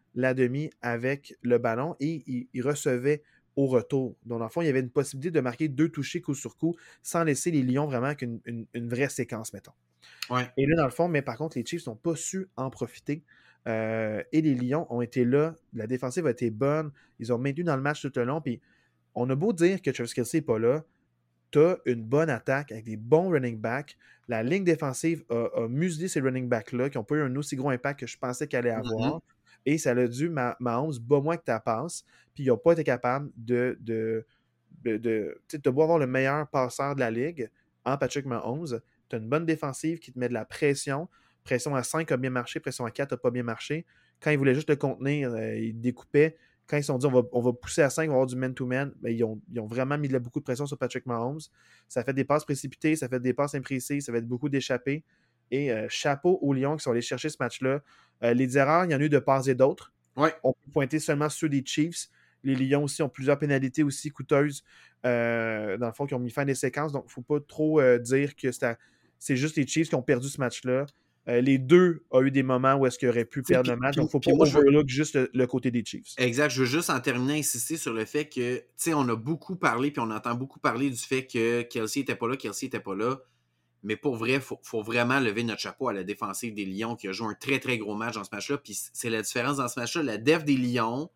la demi avec le ballon et il, il recevait au retour. Donc, dans le fond, il y avait une possibilité de marquer deux touchés coup sur coup sans laisser les Lions vraiment avec une, une, une vraie séquence, mettons. Ouais. Et là, dans le fond, mais par contre, les Chiefs n'ont pas su en profiter. Euh, et les Lions ont été là. La défensive a été bonne. Ils ont maintenu dans le match tout le long. Puis on a beau dire que Travis Kelce n'est pas là. Tu as une bonne attaque avec des bons running backs. La ligne défensive a, a muselé ces running backs-là qui n'ont pas eu un aussi gros impact que je pensais qu'elle allait avoir. Mm-hmm. Et ça a dû, Mahomes, bat moins que ta passe. Puis ils n'ont pas été capables de. de, de, de tu as beau avoir le meilleur passeur de la ligue en Patrick Mahomes. Tu as une bonne défensive qui te met de la pression. Pression à cinq a bien marché, pression à quatre n'a pas bien marché. Quand ils voulaient juste le contenir, euh, ils découpaient. Quand ils se sont dit on va, on va pousser à cinq, on va avoir du man-to-man, ben, ils, ont, ils ont vraiment mis de la, beaucoup de pression sur Patrick Mahomes. Ça fait des passes précipitées, ça fait des passes imprécises, ça fait beaucoup d'échappées. Et euh, chapeau aux Lions qui sont allés chercher ce match-là. Euh, les erreurs, il y en a eu de part et d'autre. Ouais. On peut pointer seulement ceux des Chiefs. Les Lions aussi ont plusieurs pénalités aussi coûteuses, euh, dans le fond, qui ont mis fin à des séquences. Donc, il ne faut pas trop euh, dire que c'est, à, c'est juste les Chiefs qui ont perdu ce match-là. Euh, les deux ont eu des moments où est-ce qu'ils auraient pu perdre puis, le match. Puis, donc, il ne faut pas overlook juste le, le côté des Chiefs. Exact. Je veux juste en terminer insister sur le fait que, tu sais, on a beaucoup parlé, puis on entend beaucoup parler du fait que Kelce n'était pas là, Kelce n'était pas là. Mais pour vrai, il faut, faut vraiment lever notre chapeau à la défensive des Lions qui a joué un très, très gros match dans ce match-là. Puis c'est la différence dans ce match-là. La def des Lions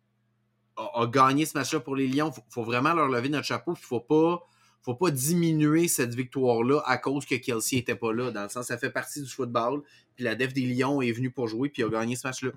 a, a gagné ce match-là pour les Lions. Il faut, faut vraiment leur lever notre chapeau. Il ne faut pas, faut pas diminuer cette victoire-là à cause que Kelce n'était pas là. Dans le sens, ça fait partie du football. Puis la def des Lions est venue pour jouer puis a gagné ce match-là.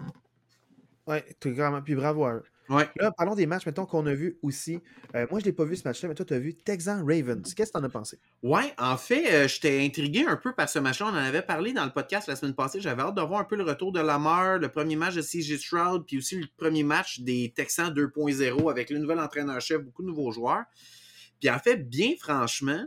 Oui, vraiment. Puis bravo à eux. Ouais. Là, parlons des matchs, mettons, qu'on a vu aussi. Euh, moi, je ne l'ai pas vu ce match-là, mais toi, tu as vu Texans-Ravens. Qu'est-ce que tu en as pensé? Oui, en fait, euh, j'étais intrigué un peu par ce match-là. On en avait parlé dans le podcast la semaine passée. J'avais hâte de voir un peu le retour de Lamar, le premier match de C J Stroud, puis aussi le premier match des Texans deux point zéro avec le nouvel entraîneur-chef, beaucoup de nouveaux joueurs. Puis en fait, bien franchement,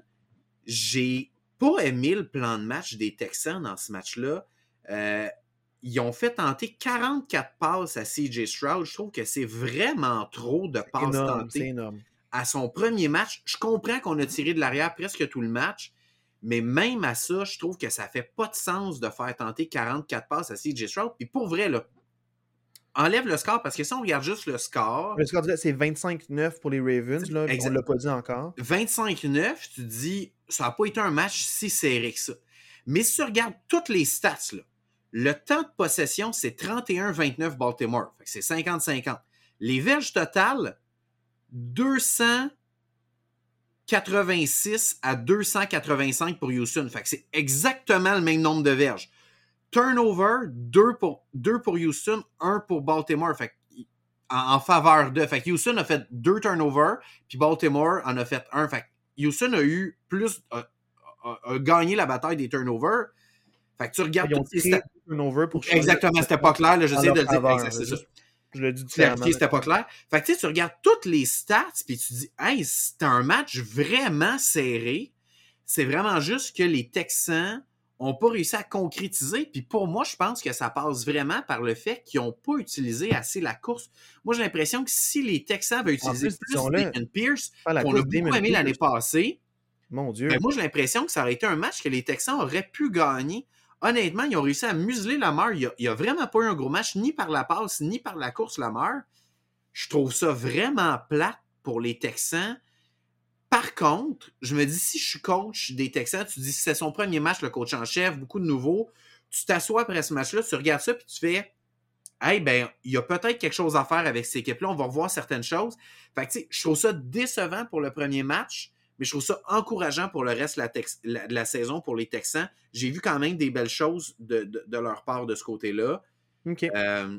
j'ai pas aimé le plan de match des Texans dans ce match-là. Euh, ils ont fait tenter quarante-quatre passes à C J Stroud. Je trouve que c'est vraiment trop de passes énorme, tentées. C'est énorme. À son premier match. Je comprends qu'on a tiré de l'arrière presque tout le match, mais même à ça, je trouve que ça fait pas de sens de faire tenter quarante-quatre passes à C J Stroud. Puis pour vrai, là, enlève le score, parce que si on regarde juste le score... Le score, c'est vingt-cinq neuf pour les Ravens, là, on ne l'a pas dit encore. vingt-cinq neuf, tu te dis, ça n'a pas été un match si serré que ça. Mais si tu regardes toutes les stats, là, le temps de possession, c'est trente et un vingt-neuf Baltimore. Fait que c'est cinquante cinquante. Les verges totales, deux cent quatre-vingt-six à deux cent quatre-vingt-cinq pour Houston. Fait que c'est exactement le même nombre de verges. Turnover, deux pour, deux pour Houston, un pour Baltimore. Fait que, en, en faveur de. Fait que Houston a fait deux turnovers, puis Baltimore en a fait un. Fait que Houston a eu plus. A, a, a gagné la bataille des turnovers. Fait que tu regardes Ils ont toutes les stats. Turnover pour Exactement, c'était pas clair. Là, j'essaie de le dire. Exact, c'est ça. Je le dis clarifier, c'était pas clair. Fait que tu sais, tu regardes toutes les stats, puis tu dis, hey, c'est un match vraiment serré. C'est vraiment juste que les Texans n'ont pas réussi à concrétiser. Puis pour moi, je pense que ça passe vraiment par le fait qu'ils n'ont pas utilisé assez la course. Moi, j'ai l'impression que si les Texans avaient utilisé plus, plus Damon Pierce, qu'on a beaucoup aimé l'année passée, mon Dieu. Ben moi, j'ai l'impression que ça aurait été un match que les Texans auraient pu gagner. Honnêtement, ils ont réussi à museler Lamar. Il n'y a, a vraiment pas eu un gros match, ni par la passe, ni par la course, Lamar. Je trouve ça vraiment plate pour les Texans. Par contre, je me dis, si je suis coach des Texans, tu dis, si c'est son premier match, le coach en chef, beaucoup de nouveaux, tu t'assois après ce match-là, tu regardes ça, puis tu fais, hey, ben, il y a peut-être quelque chose à faire avec cette équipe-là, on va revoir certaines choses. Fait que, tu sais, je trouve ça décevant pour le premier match, mais je trouve ça encourageant pour le reste de la, tex- la, de la saison pour les Texans. J'ai vu quand même des belles choses de, de, de leur part de ce côté-là. OK. Euh,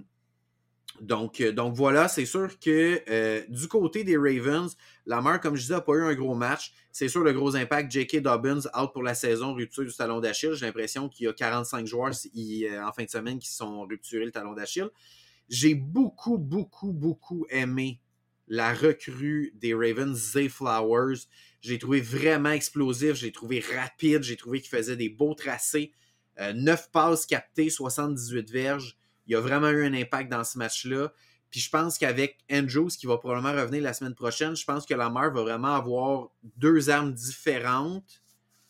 donc, donc voilà, c'est sûr que euh, du côté des Ravens, Lamar, comme je disais, n'a pas eu un gros match. C'est sûr, le gros impact, J K. Dobbins, out pour la saison, rupture du talon d'Achille. J'ai l'impression qu'il y a quarante-cinq joueurs il, euh, en fin de semaine qui sont rupturés le talon d'Achille. J'ai beaucoup, beaucoup, beaucoup aimé la recrue des Ravens, Zay Flowers. J'ai trouvé vraiment explosif, j'ai trouvé rapide, j'ai trouvé qu'il faisait des beaux tracés. Euh, neuf passes captées, soixante-dix-huit verges. Il a vraiment eu un impact dans ce match-là. Puis je pense qu'avec Andrews, qui va probablement revenir la semaine prochaine, je pense que Lamar va vraiment avoir deux armes différentes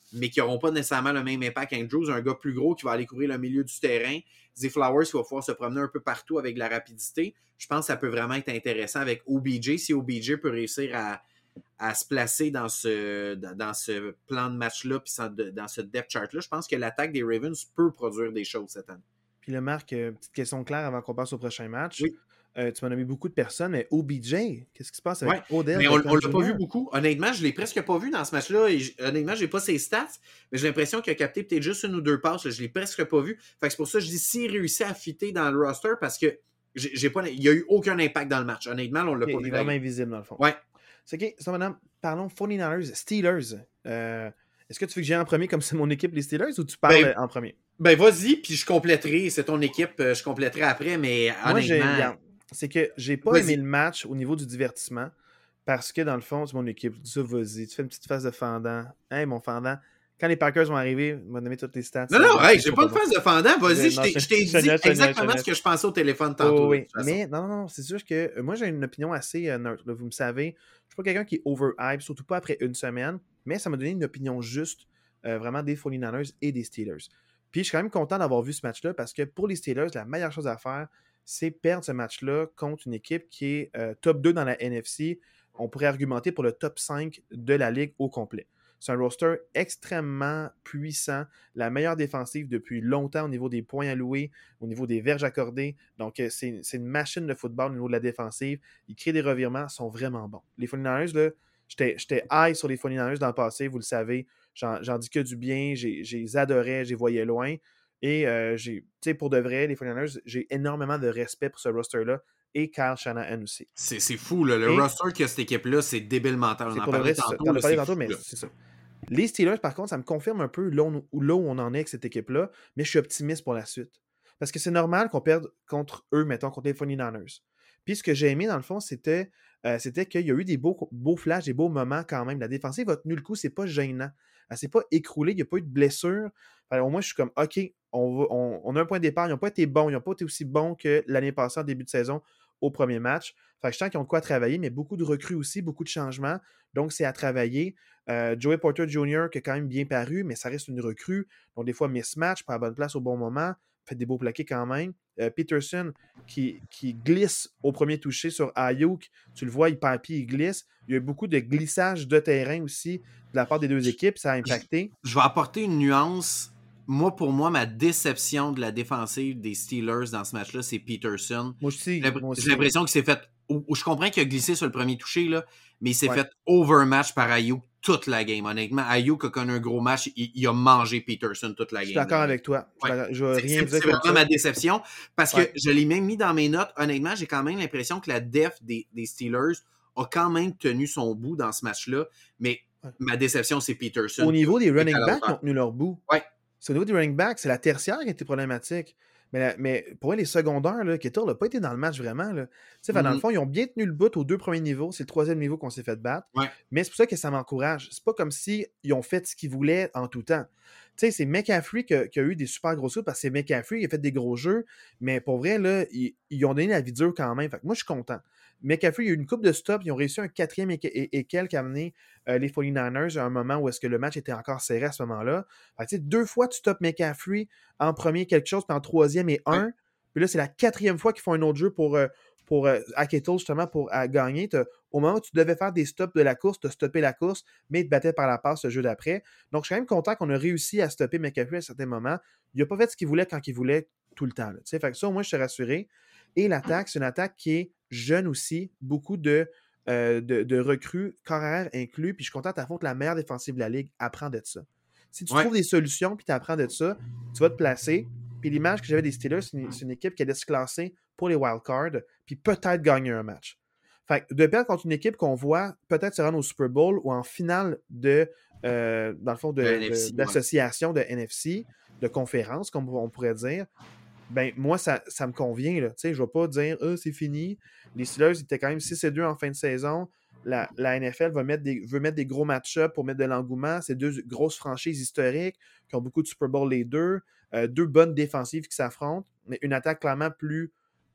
mais qui n'auront pas nécessairement le même impact. Andrews, un gars plus gros qui va aller couvrir le milieu du terrain. Zay Flowers qui va pouvoir se promener un peu partout avec de la rapidité. Je pense que ça peut vraiment être intéressant avec O B J. Si O B J peut réussir à, à se placer dans ce, dans, dans ce plan de match-là puis dans ce depth chart-là, je pense que l'attaque des Ravens peut produire des choses cette année. Puis là, Marc, euh, petite question claire avant qu'on passe au prochain match. Oui. Euh, tu m'as nommé beaucoup de personnes, mais O B J, qu'est-ce qui se passe avec ouais. Odell? Mais on ne l'a pas vu beaucoup. Honnêtement, je ne l'ai presque pas vu dans ce match-là. Et j- honnêtement, je n'ai pas ses stats, mais j'ai l'impression qu'il a capté peut-être juste une ou deux passes. Là. Je ne l'ai presque pas vu. Fait que c'est pour ça que je dis s'il réussit à fitter dans le roster parce que j'ai, j'ai pas, il n'y a eu aucun impact dans le match. Honnêtement, là, on ne l'a Il pas est vu. vraiment invisible dans le fond. Ouais. C'est OK. Ça, madame, parlons forty-niners, Steelers. Euh, est-ce que tu veux que j'aille en premier comme c'est mon équipe, les Steelers, ou tu parles Ben, en premier? Ben, vas-y, puis je compléterai. C'est ton équipe, je compléterai après, mais Moi, j'ai, honnêtement... regarde, c'est que j'ai pas Vas-y. aimé le match au niveau du divertissement parce que, dans le fond, c'est mon équipe. Je dis ça, vas-y. Tu fais une petite phase de fendant. Hey, mon fendant. Quand les Packers vont arriver, il m'a donné toutes les stats. Non, ça, non, va, hey, c'est j'ai pas de bon. phase de fendant. Vas-y, Je- je non, t'ai je- je t'ai je dit note, je note, exactement je ce que je pensais au téléphone tantôt. Oh, de oui, toute façon. mais non, non, non, c'est sûr que euh, moi, j'ai une opinion assez euh, neutre. là. Vous me savez, je suis pas quelqu'un qui est overhype, surtout pas après une semaine, mais ça m'a donné une opinion juste euh, vraiment des forty-niners et des Steelers. Puis je suis quand même content d'avoir vu ce match-là parce que pour les Steelers, la meilleure chose à faire, c'est perdre ce match-là contre une équipe qui est euh, top deux dans la N F C. On pourrait argumenter pour le top cinq de la ligue au complet. C'est un roster extrêmement puissant, la meilleure défensive depuis longtemps au niveau des points alloués, au niveau des verges accordées. Donc, euh, c'est, c'est une machine de football au niveau de la défensive. Ils créent des revirements, sont vraiment bons. Les forty-niners, là, j'étais, j'étais high sur les forty-niners dans le passé, vous le savez. J'en, j'en dis que du bien, j'ai, j'ai les adorais, je les voyais loin. Et euh, j'ai, tu sais, pour de vrai, les forty-niners, j'ai énormément de respect pour ce roster-là et Kyle Shanahan aussi. C'est, c'est fou, là. Le Et roster que cette équipe-là, c'est débile mental. On c'est en pour de parlait vrai, c'est ça. tantôt. T'en Là, as parlé c'est tantôt, fou, mais là. c'est ça. Les Steelers, par contre, ça me confirme un peu là où, là où on en est avec cette équipe-là, mais je suis optimiste pour la suite. Parce que c'est normal qu'on perde contre eux, mettons, contre les forty-niners. Puis ce que j'ai aimé, dans le fond, c'était, euh, c'était qu'il y a eu des beaux, beaux flashs, des beaux moments quand même. La défensive a tenu le coup, c'est pas gênant. Elle s'est pas écroulée, il n'y a pas eu de blessure. Alors, au moins, je suis comme, OK, on, va, on, on a un point de départ. Ils n'ont pas été bons, ils n'ont pas été aussi bons que l'année passée en début de saison au premier match. Fait que je sens qu'ils ont de quoi travailler, mais beaucoup de recrues aussi, beaucoup de changements. Donc, c'est à travailler. Euh, Joey Porter junior qui a quand même bien paru, mais ça reste une recrue. Donc, des fois, mismatch, pas à bonne place au bon moment. Fait des beaux plaqués quand même. Euh, Peterson qui, qui glisse au premier toucher sur Ayuk. Tu le vois, il perd pied, il glisse. Il y a eu beaucoup de glissage de terrain aussi de la part des deux équipes. Ça a impacté. Je vais apporter une nuance. Moi, pour moi, ma déception de la défensive des Steelers dans ce match-là, c'est Peterson. Moi aussi. J'ai Moi aussi. j'ai l'impression qu'il s'est fait... Je comprends qu'il a glissé sur le premier toucher, là, mais il s'est Ouais. fait overmatch par Ayuk toute la game. Honnêtement, Ayuk a connu un gros match. Il, il a mangé Peterson toute la Je game. suis d'accord là. avec toi. Je, Ouais. je vais C'est, rien c'est, dire c'est contre vraiment ça. ma déception parce Ouais. que je l'ai même mis dans mes notes. Honnêtement, j'ai quand même l'impression que la def des, des Steelers a quand même tenu son bout dans ce match-là, mais Ouais. ma déception, c'est Peterson. Au niveau des qui est running à la backs, ils hauteur. ont tenu leur bout. Ouais. C'est au niveau des running backs, c'est la tertiaire qui a été problématique. Mais, la- mais pour eux, les secondaires, là, Kittle n'a pas été dans le match vraiment. Là. Tu sais, fait, dans le Mhm. fond, ils ont bien tenu le bout aux deux premiers niveaux. C'est le troisième niveau qu'on s'est fait battre. Ouais. Mais c'est pour ça que ça m'encourage. C'est pas comme si ils ont fait ce qu'ils voulaient en tout temps. Tu sais, c'est McCaffrey qui a, qui a eu des super gros sauts parce que c'est McCaffrey, il a fait des gros jeux. Mais pour vrai, là, ils, ils ont donné la vie dure quand même. Fait que moi, je suis content. McCaffrey, il y a eu une coupe de stops. Ils ont réussi un quatrième et, et, et quelques à amener euh, les forty-niners à un moment où est-ce que le match était encore serré à ce moment-là. Fait que, tu sais, deux fois, tu stops McCaffrey en premier quelque chose, puis en troisième et un. Ouais. Puis là, c'est la quatrième fois qu'ils font un autre jeu pour, euh, pour euh, à Kittle, justement, pour à gagner. T'as, au moment où tu devais faire des stops de la course, tu as stoppé la course, mais il te battait par la passe ce jeu d'après. Donc, je suis quand même content qu'on a réussi à stopper McCaffrey à certains moments. Il n'a pas fait ce qu'il voulait quand il voulait tout le temps. Là, fait que ça, au moins, je suis rassuré. Et l'attaque, c'est une attaque qui est jeune aussi. Beaucoup de, euh, de, de recrues, carrière inclus. Puis je suis content, tu affrontes la meilleure défensive de la ligue. Apprends de ça. Si tu Ouais. trouves des solutions puis tu apprends de ça, tu vas te placer. Puis l'image que j'avais des Steelers, c'est une, c'est une équipe qui allait se classer pour les wildcards, puis peut-être gagner un match. Fait que de perdre contre une équipe qu'on voit peut-être se rendre au Super Bowl ou en finale de, euh, dans le fond, de, De de, N F C, d'association de N F C, de conférence, comme on pourrait dire, ben moi, ça, ça me convient. Là. Je ne vais pas dire oh, c'est fini. Les Steelers ils étaient quand même six et deux en fin de saison. La, la N F L va mettre des, veut mettre des gros match-ups pour mettre de l'engouement. C'est deux grosses franchises historiques qui ont beaucoup de Super Bowl les deux. Euh, deux bonnes défensives qui s'affrontent, mais une attaque clairement plus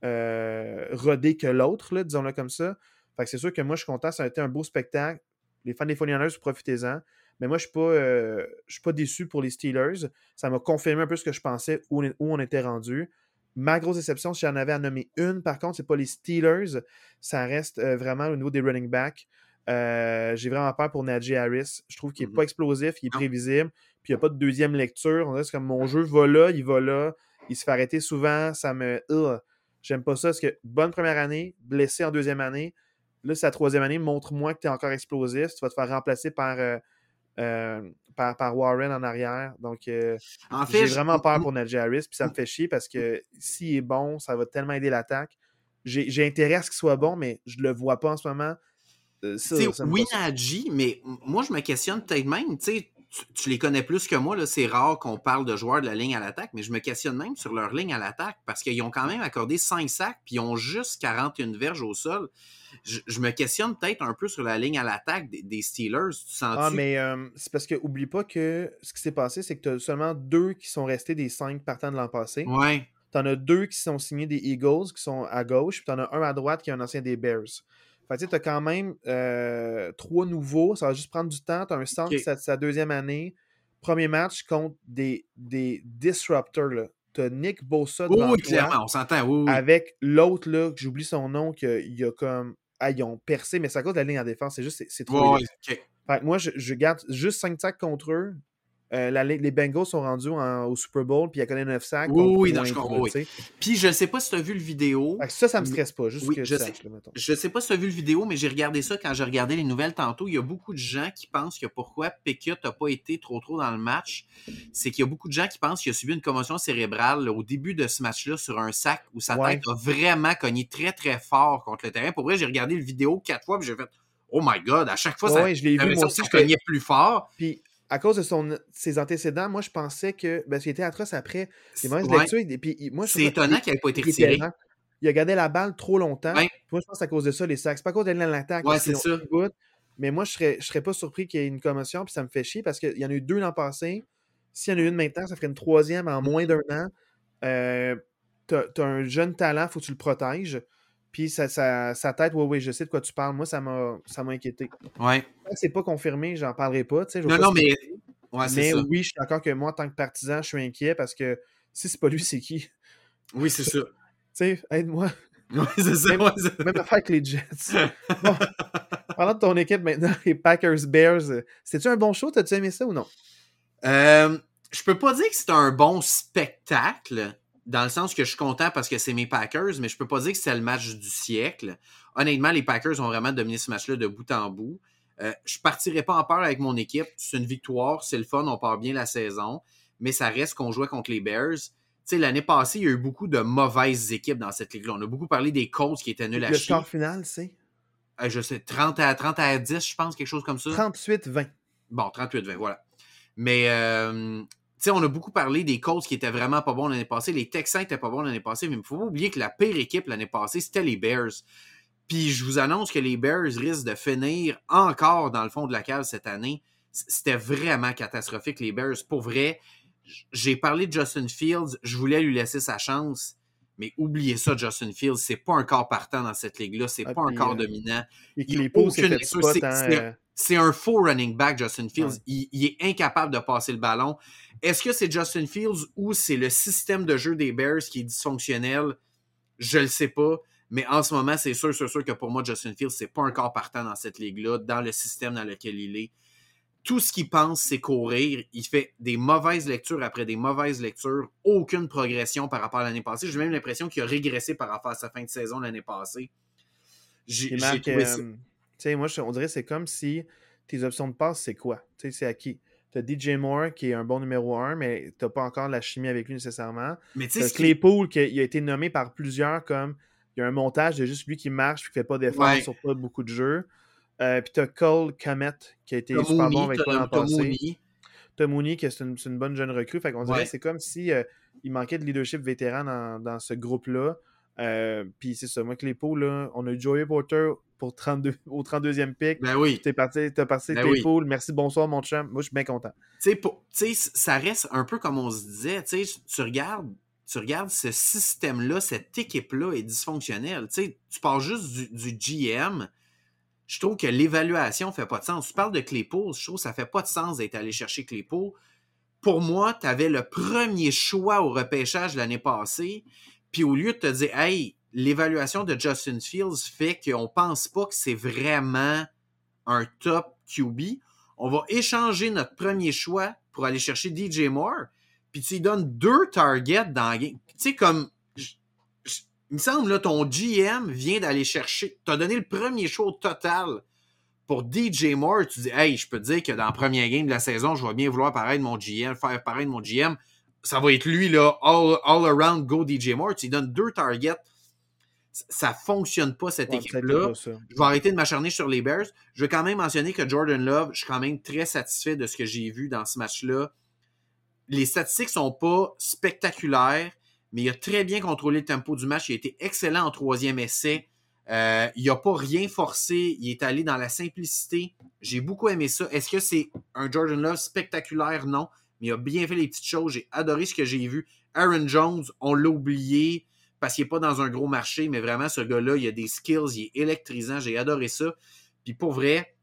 euh, rodée que l'autre, là, disons-le comme ça. Fait que c'est sûr que moi, je suis content. Ça a été un beau spectacle. Les fans des forty-niners, profitez-en. Mais moi, je suis pas, euh, je suis pas déçu pour les Steelers. Ça m'a confirmé un peu ce que je pensais, où on, est- où on était rendu. Ma grosse déception, si j'en avais à nommer une, par contre, c'est pas les Steelers. Ça reste euh, vraiment au niveau des running backs. Euh, j'ai vraiment peur pour Najee Harris. Je trouve qu'il n'est Mhm. pas explosif, il est Non. prévisible, puis il n'y a pas de deuxième lecture. On dirait que c'est comme mon jeu va là, il va là, il se fait arrêter souvent. Ça me. Ugh. J'aime pas ça parce que bonne première année, blessé en deuxième année. Là, c'est la troisième année, montre-moi que tu es encore explosif. Tu vas te faire remplacer par, euh, euh, par, par Warren en arrière. Donc, euh, En fait, j'ai je- vraiment peur pour Najee Harris, puis ça me fait chier parce que s'il est bon, ça va tellement aider l'attaque. J'ai, j'ai intérêt à ce qu'il soit bon, mais je le vois pas en ce moment. Euh, tu sais, ça, ça me oui, va ça. Najee, mais m- moi, je me questionne peut-être même, tu sais, tu, tu les connais plus que moi, là, c'est rare qu'on parle de joueurs de la ligne à l'attaque, mais je me questionne même sur leur ligne à l'attaque parce qu'ils ont quand même accordé cinq sacs puis ils ont juste quarante et une verges au sol. Je, je me questionne peut-être un peu sur la ligne à l'attaque des, des Steelers. Tu Ah, sens-tu? mais euh, c'est parce que oublie pas que ce qui s'est passé, c'est que tu as seulement deux qui sont restés des cinq partants de l'an passé. Ouais. Tu en as deux qui sont signés des Eagles, qui sont à gauche, puis tu en as un à droite qui est un ancien des Bears. Fait que tu as quand même euh, trois nouveaux. Ça va juste prendre du temps. Tu as un centre qui OK. c'est sa deuxième année. Premier match contre des, des disruptors. Tu as Nick Bosa Oui, devant oui, toi clairement, on s'entend, oui, oui. avec l'autre, là, que j'oublie son nom, qu'il a comme. Ah, ils ont percé, mais c'est à cause de la ligne en défense. C'est juste, c'est, c'est Oui, trop oui, élite. OK. Fait que moi, je, je garde juste cinq sacs contre eux. Euh, la- les Bengals sont rendus en- au Super Bowl, puis il y a quand même neuf sacs Oui, contre oui, non, moins je deux, comprends, tu oui. sais. Puis je sais pas si tu as vu le vidéo. Fait que ça, ça me mais- stresse pas, juste Oui, que tu je sais. saches, là, mettons. Je sais pas si tu as vu le vidéo, mais j'ai regardé ça quand j'ai regardé les nouvelles tantôt. Il y a beaucoup de gens qui pensent que pourquoi Pickett n'a pas été trop trop dans le match, c'est qu'il y a beaucoup de gens qui pensent qu'il a subi une commotion cérébrale là, au début de ce match-là sur un sac où sa Ouais. tête a vraiment cogné très très fort contre le terrain. Pour vrai, j'ai regardé le vidéo quatre fois et j'ai fait Oh my God, à chaque fois, Ouais, ça, ouais, je l'ai j'ai vu, moi l'impression que aussi. ça j'étais- cognait plus fort. Puis, à cause de son, ses antécédents, moi, je pensais que. Ben, c'était atroce après. Des mauvaises Ouais. lectures. Et puis, il- moi, je C'est trouve ça. Il, étonnant qu'il n'ait pas été il était retiré. lent. Il a gardé la balle trop longtemps. Ouais, Puis moi, je pense que c'est à cause de ça, les sacs. C'est pas à cause de l'attaque, ouais, parce qu'ils c'est l'ont ça. un bout. Mais moi, je serais, je serais pas surpris qu'il y ait une commotion, puis ça me fait chier parce qu'il y en a eu deux l'an passé. S'il y en a eu une maintenant, ça ferait une troisième en moins d'un an. Euh, t'as, t'as un jeune talent, faut que tu le protèges. Puis sa, sa, sa tête, oui, oui, je sais de quoi tu parles. Moi, ça m'a, ça m'a inquiété. Ouais. Tant que c'est pas confirmé, j'en parlerai pas, tu sais, je vais Non, pas non, mais. spéculer. Ouais, c'est Mais ça. oui, je suis d'accord que moi, en tant que partisan, je suis inquiet parce que si c'est pas lui, c'est qui? Oui, c'est Tu ça. sais, aide-moi. Oui, c'est ça. Même, Ouais, c'est... même affaire avec les Jets. Bon, parlant de ton équipe maintenant, les Packers-Bears, euh, c'était-tu un bon show? T'as-tu aimé ça ou non? Euh, je peux pas dire que c'est un bon spectacle, dans le sens que je suis content parce que c'est mes Packers, mais je peux pas dire que c'est le match du siècle. Honnêtement, les Packers ont vraiment dominé ce match-là de bout en bout. Euh, je partirai pas en peur avec mon équipe. C'est une victoire, c'est le fun, on part bien la saison, mais ça reste qu'on jouait contre les Bears. Tu sais, l'année passée, il y a eu beaucoup de mauvaises équipes dans cette ligue-là. On a beaucoup parlé des Colts qui étaient nuls à Le chier. score final, c'est Euh, je sais, trente à, trente à dix, je pense, quelque chose comme ça. trente-huit vingt. Bon, trente-huit vingt, voilà. Mais, euh, tu sais, on a beaucoup parlé des Colts qui étaient vraiment pas bons l'année passée. Les Texans étaient pas bons l'année passée, mais il ne faut pas oublier que la pire équipe l'année passée, c'était les Bears. Puis je vous annonce que les Bears risquent de finir encore dans le fond de la cave cette année. C'était vraiment catastrophique, les Bears. Pour vrai, j'ai parlé de Justin Fields, je voulais lui laisser sa chance, mais oubliez ça, Justin Fields, c'est pas un corps partant dans cette ligue-là, c'est Ah, pas un puis, corps euh, dominant. Et Il n'y a Claypool s'est aucune fait lecture. spot, C'est, hein, c'est, euh, c'est un faux running back, Justin Fields. ouais. Il, il est incapable de passer le ballon. Est-ce que c'est Justin Fields ou c'est le système de jeu des Bears qui est dysfonctionnel? Je le sais pas. Mais en ce moment, c'est sûr, c'est sûr que pour moi, Justin Fields, c'est pas un corps partant dans cette ligue-là, dans le système dans lequel il est. Tout ce qu'il pense, c'est courir. Il fait des mauvaises lectures après des mauvaises lectures. Aucune progression par rapport à l'année passée. J'ai même l'impression qu'il a régressé par rapport à sa fin de saison l'année passée. J'ai, Puis j'ai Marc, trouvé ça. euh, tu sais, moi, je- on dirait que c'est comme si tes options de passe, c'est quoi? Tu sais, c'est à qui? T'as D J Moore qui est un bon numéro un, mais t'as pas encore la chimie avec lui nécessairement. Mais tu sais, T'as ce qui... Claypool qui a, il a été nommé par plusieurs comme il y a un montage de juste lui qui marche et qui fait pas d'efforts Ouais. sur pas beaucoup de jeux. Euh, puis t'as Cole Kmet qui a été T'as super bon Mooney, avec t'as toi l'an le- t'as passé. Mooney. T'as Mooney qui est une, c'est une bonne jeune recrue. Fait qu'on dirait Ouais. que c'est comme si euh, il manquait de leadership vétéran dans, dans ce groupe-là. Euh, puis c'est ça, moi Claypool, là, on a eu Joey Porter pour trente-deux, au trente-deuxième pick. Ben oui. T'es parti, t'as parti Ben Claypool. Merci, bonsoir mon chum. Moi, je suis bien content. Tu sais, pour- tu sais, ça reste un peu comme on se disait. Tu sais, tu regardes, tu regardes ce système-là, cette équipe-là est dysfonctionnelle. Tu sais, tu pars juste du, du G M. je trouve que l'évaluation ne fait pas de sens. Tu parles de Claypool, je trouve que ça ne fait pas de sens d'être allé chercher Claypool. Pour moi, tu avais le premier choix au repêchage l'année passée, puis au lieu de te dire « Hey, l'évaluation de Justin Fields fait qu'on ne pense pas que c'est vraiment un top Q B, on va échanger notre premier choix pour aller chercher D J Moore, puis tu lui donnes deux targets dans la game. » Tu sais, comme... Il me semble, là, ton G M vient d'aller chercher... T'as donné le premier choix au total pour D J Moore. Tu dis, hey, je peux te dire que dans la première game de la saison, je vais bien vouloir pareil de mon G M, faire pareil de mon G M. Ça va être lui, là, all, all around go D J Moore. Tu lui donnes deux targets. Ça fonctionne pas, cette ouais, équipe-là. Pas je vais arrêter de m'acharner sur les Bears. Je vais quand même mentionner que Jordan Love, je suis quand même très satisfait de ce que j'ai vu dans ce match-là. Les statistiques sont pas spectaculaires, mais il a très bien contrôlé le tempo du match. Il a été excellent en troisième essai. Euh, il n'a pas rien forcé. Il est allé dans la simplicité. J'ai beaucoup aimé ça. Est-ce que c'est un Jordan Love spectaculaire? Non. Mais il a bien fait les petites choses. J'ai adoré ce que j'ai vu. Aaron Jones, on l'a oublié parce qu'il n'est pas dans un gros marché, mais vraiment, ce gars-là, il a des skills. Il est électrisant. J'ai adoré ça. Puis pour vrai,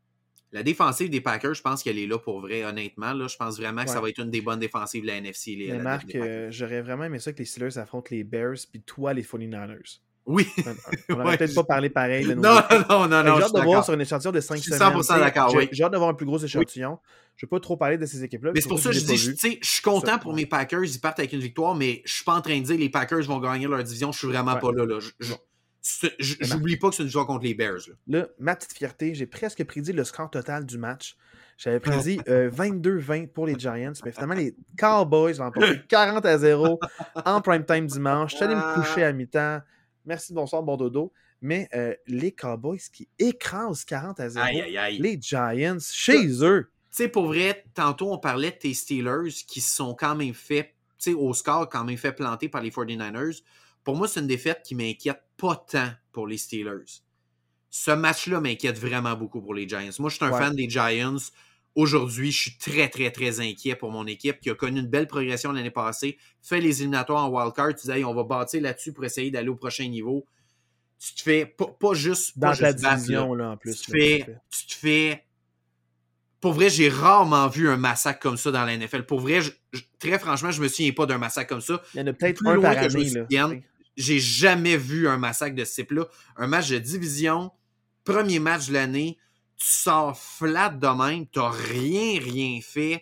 la défensive des Packers, je pense qu'elle est là pour vrai, honnêtement. Là, je pense vraiment que ouais. ça va être une des bonnes défensives de la N F C. Les, mais Marc, euh, j'aurais vraiment aimé ça que les Steelers affrontent les Bears, puis toi, les forty-niners. Oui. On n'aurait ouais. peut-être pas parlé pareil. De nos non, non, non, non. J'ai hâte de voir sur un échantillon de cinq semaines. cent pour cent d'accord, oui. J'ai hâte d'avoir un plus gros échantillon. Oui. Je ne veux pas trop parler de ces équipes-là. Mais c'est pour ça que je dis, tu sais, je suis content ça, pour ouais. mes Packers, ils partent avec une victoire, mais je ne suis pas en train de dire que les Packers vont gagner leur division. Je suis vraiment ouais. pas là. là. Je, je, je, j'oublie pas que c'est une victoire contre les Bears. Là. là, ma petite fierté, j'ai presque prédit le score total du match. J'avais prédit euh, vingt-deux vingt pour les Giants, mais finalement, les Cowboys ont emporté quarante à zéro en prime time dimanche. Je suis allé me coucher à mi-temps. Merci, bonsoir, bon dodo. Mais euh, les Cowboys qui écrasent quarante à zéro, aïe, aïe, aïe. Les Giants chez ça, eux. Tu sais, pour vrai, tantôt, on parlait de tes Steelers qui se sont quand même fait, tu sais, au score, quand même fait planter par les forty-niners. Pour moi, c'est une défaite qui m'inquiète pas tant pour les Steelers. Ce match-là m'inquiète vraiment beaucoup pour les Giants. Moi, je suis un ouais. fan des Giants. Aujourd'hui, je suis très, très, très inquiet pour mon équipe qui a connu une belle progression l'année passée, fait les éliminatoires en wildcard. Tu disais, hey, on va bâtir là-dessus pour essayer d'aller au prochain niveau. Tu te fais pas, pas juste. Dans pas ta juste division, battre, là. là, en plus. Tu te, fais, fais. tu te fais. Pour vrai, j'ai rarement vu un massacre comme ça dans la N F L. Pour vrai, je, je, très franchement, je me souviens pas d'un massacre comme ça. Il y en a peut-être un par année, là. Souvienne, j'ai jamais vu un massacre de ce type-là. Un match de division, premier match de l'année. Tu sors flat de même, t'as rien, rien fait.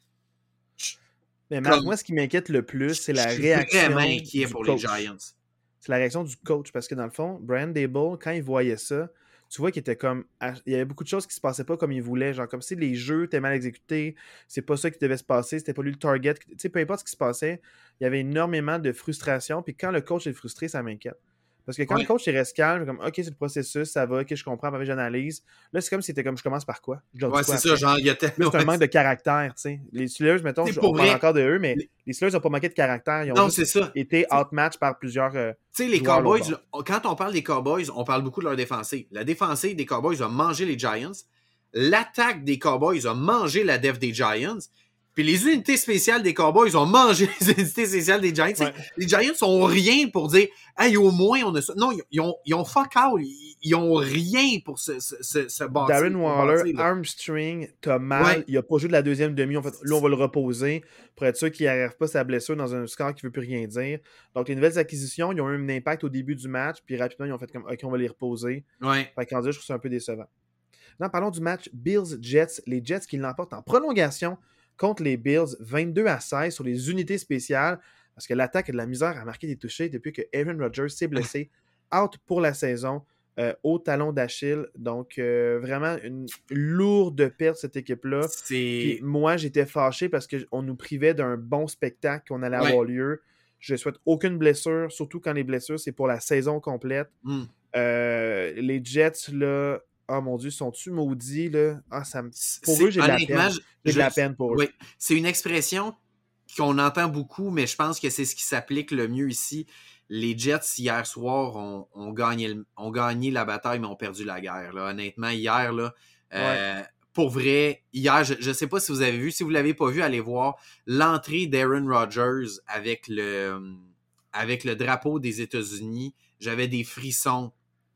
Mais Marc, moi, ce qui m'inquiète le plus, c'est la réaction. Je suis vraiment inquiet pour coach. les Giants. C'est la réaction du coach, parce que dans le fond, Brian Daboll, quand il voyait ça, tu vois qu'il était comme... Il y avait beaucoup de choses qui se passaient pas comme il voulait, genre comme si les jeux étaient mal exécutés, c'est pas ça qui devait se passer, c'était pas lui le target. Tu sais, peu importe ce qui se passait, il y avait énormément de frustration, puis quand le coach est frustré, ça m'inquiète. Parce que quand ouais. le coach il reste calme, comme OK, c'est le processus, ça va, OK, je comprends, après j'analyse. Là, c'est comme si c'était comme je commence par quoi? Je ouais, c'est ça, genre, il y a tellement. C'est un manque de caractère, tu sais. Les Steelers, mettons, je, on parle encore de eux, mais les, les Steelers n'ont pas manqué de caractère. Ils ont non, c'est ça. été outmatch par plusieurs. Euh, tu sais, les Cowboys, là, quand on parle des Cowboys, on parle beaucoup de leur défensive. La défensive des Cowboys a mangé les Giants. L'attaque des Cowboys a mangé la def des Giants. Puis les unités spéciales des Cowboys ont mangé les unités spéciales des Giants. Ouais. Les Giants ont rien pour dire « Hey, au moins, on a ça. » Non, ils ont, ils ont fuck all. Ils, ils ont rien pour se, se, se, se bâtir. Darren Waller, bâtir, Armstring, t'as mal. Ouais. Il a pas joué de la deuxième demi. En fait, là, on va le reposer pour être sûr qu'il n'arrive pas sa blessure dans un score qui ne veut plus rien dire. Donc, les nouvelles acquisitions, ils ont eu un impact au début du match. Puis rapidement, ils ont fait comme « OK, on va les reposer. Ouais. » Fait qu'en dire, je trouve ça un peu décevant. Maintenant, parlons du match Bills-Jets. Les Jets qui l'emportent en prolongation contre les Bills, vingt-deux à seize sur les unités spéciales, parce que l'attaque a de la misère à marquer des touchés depuis que Aaron Rodgers s'est blessé, out pour la saison, euh, au talon d'Achille. Donc, euh, vraiment une lourde perte, cette équipe-là. Puis moi, j'étais fâché parce qu'on nous privait d'un bon spectacle qu'on allait ouais. avoir lieu. Je ne souhaite aucune blessure, surtout quand les blessures, c'est pour la saison complète. Mm. Euh, les Jets, là... Ah, mon Dieu, sont-tu maudits, là? Ah, ça me... Pour c'est, eux, j'ai de la peine. J'ai je, de la peine pour eux. Oui, c'est une expression qu'on entend beaucoup, mais je pense que c'est ce qui s'applique le mieux ici. Les Jets, hier soir, ont, ont, gagné, ont gagné la bataille, mais ont perdu la guerre. Là. Honnêtement, hier, là, euh, ouais. pour vrai, hier, je ne sais pas si vous avez vu, si vous ne l'avez pas vu, allez voir l'entrée d'Aaron Rodgers avec le, avec le drapeau des États-Unis. J'avais des frissons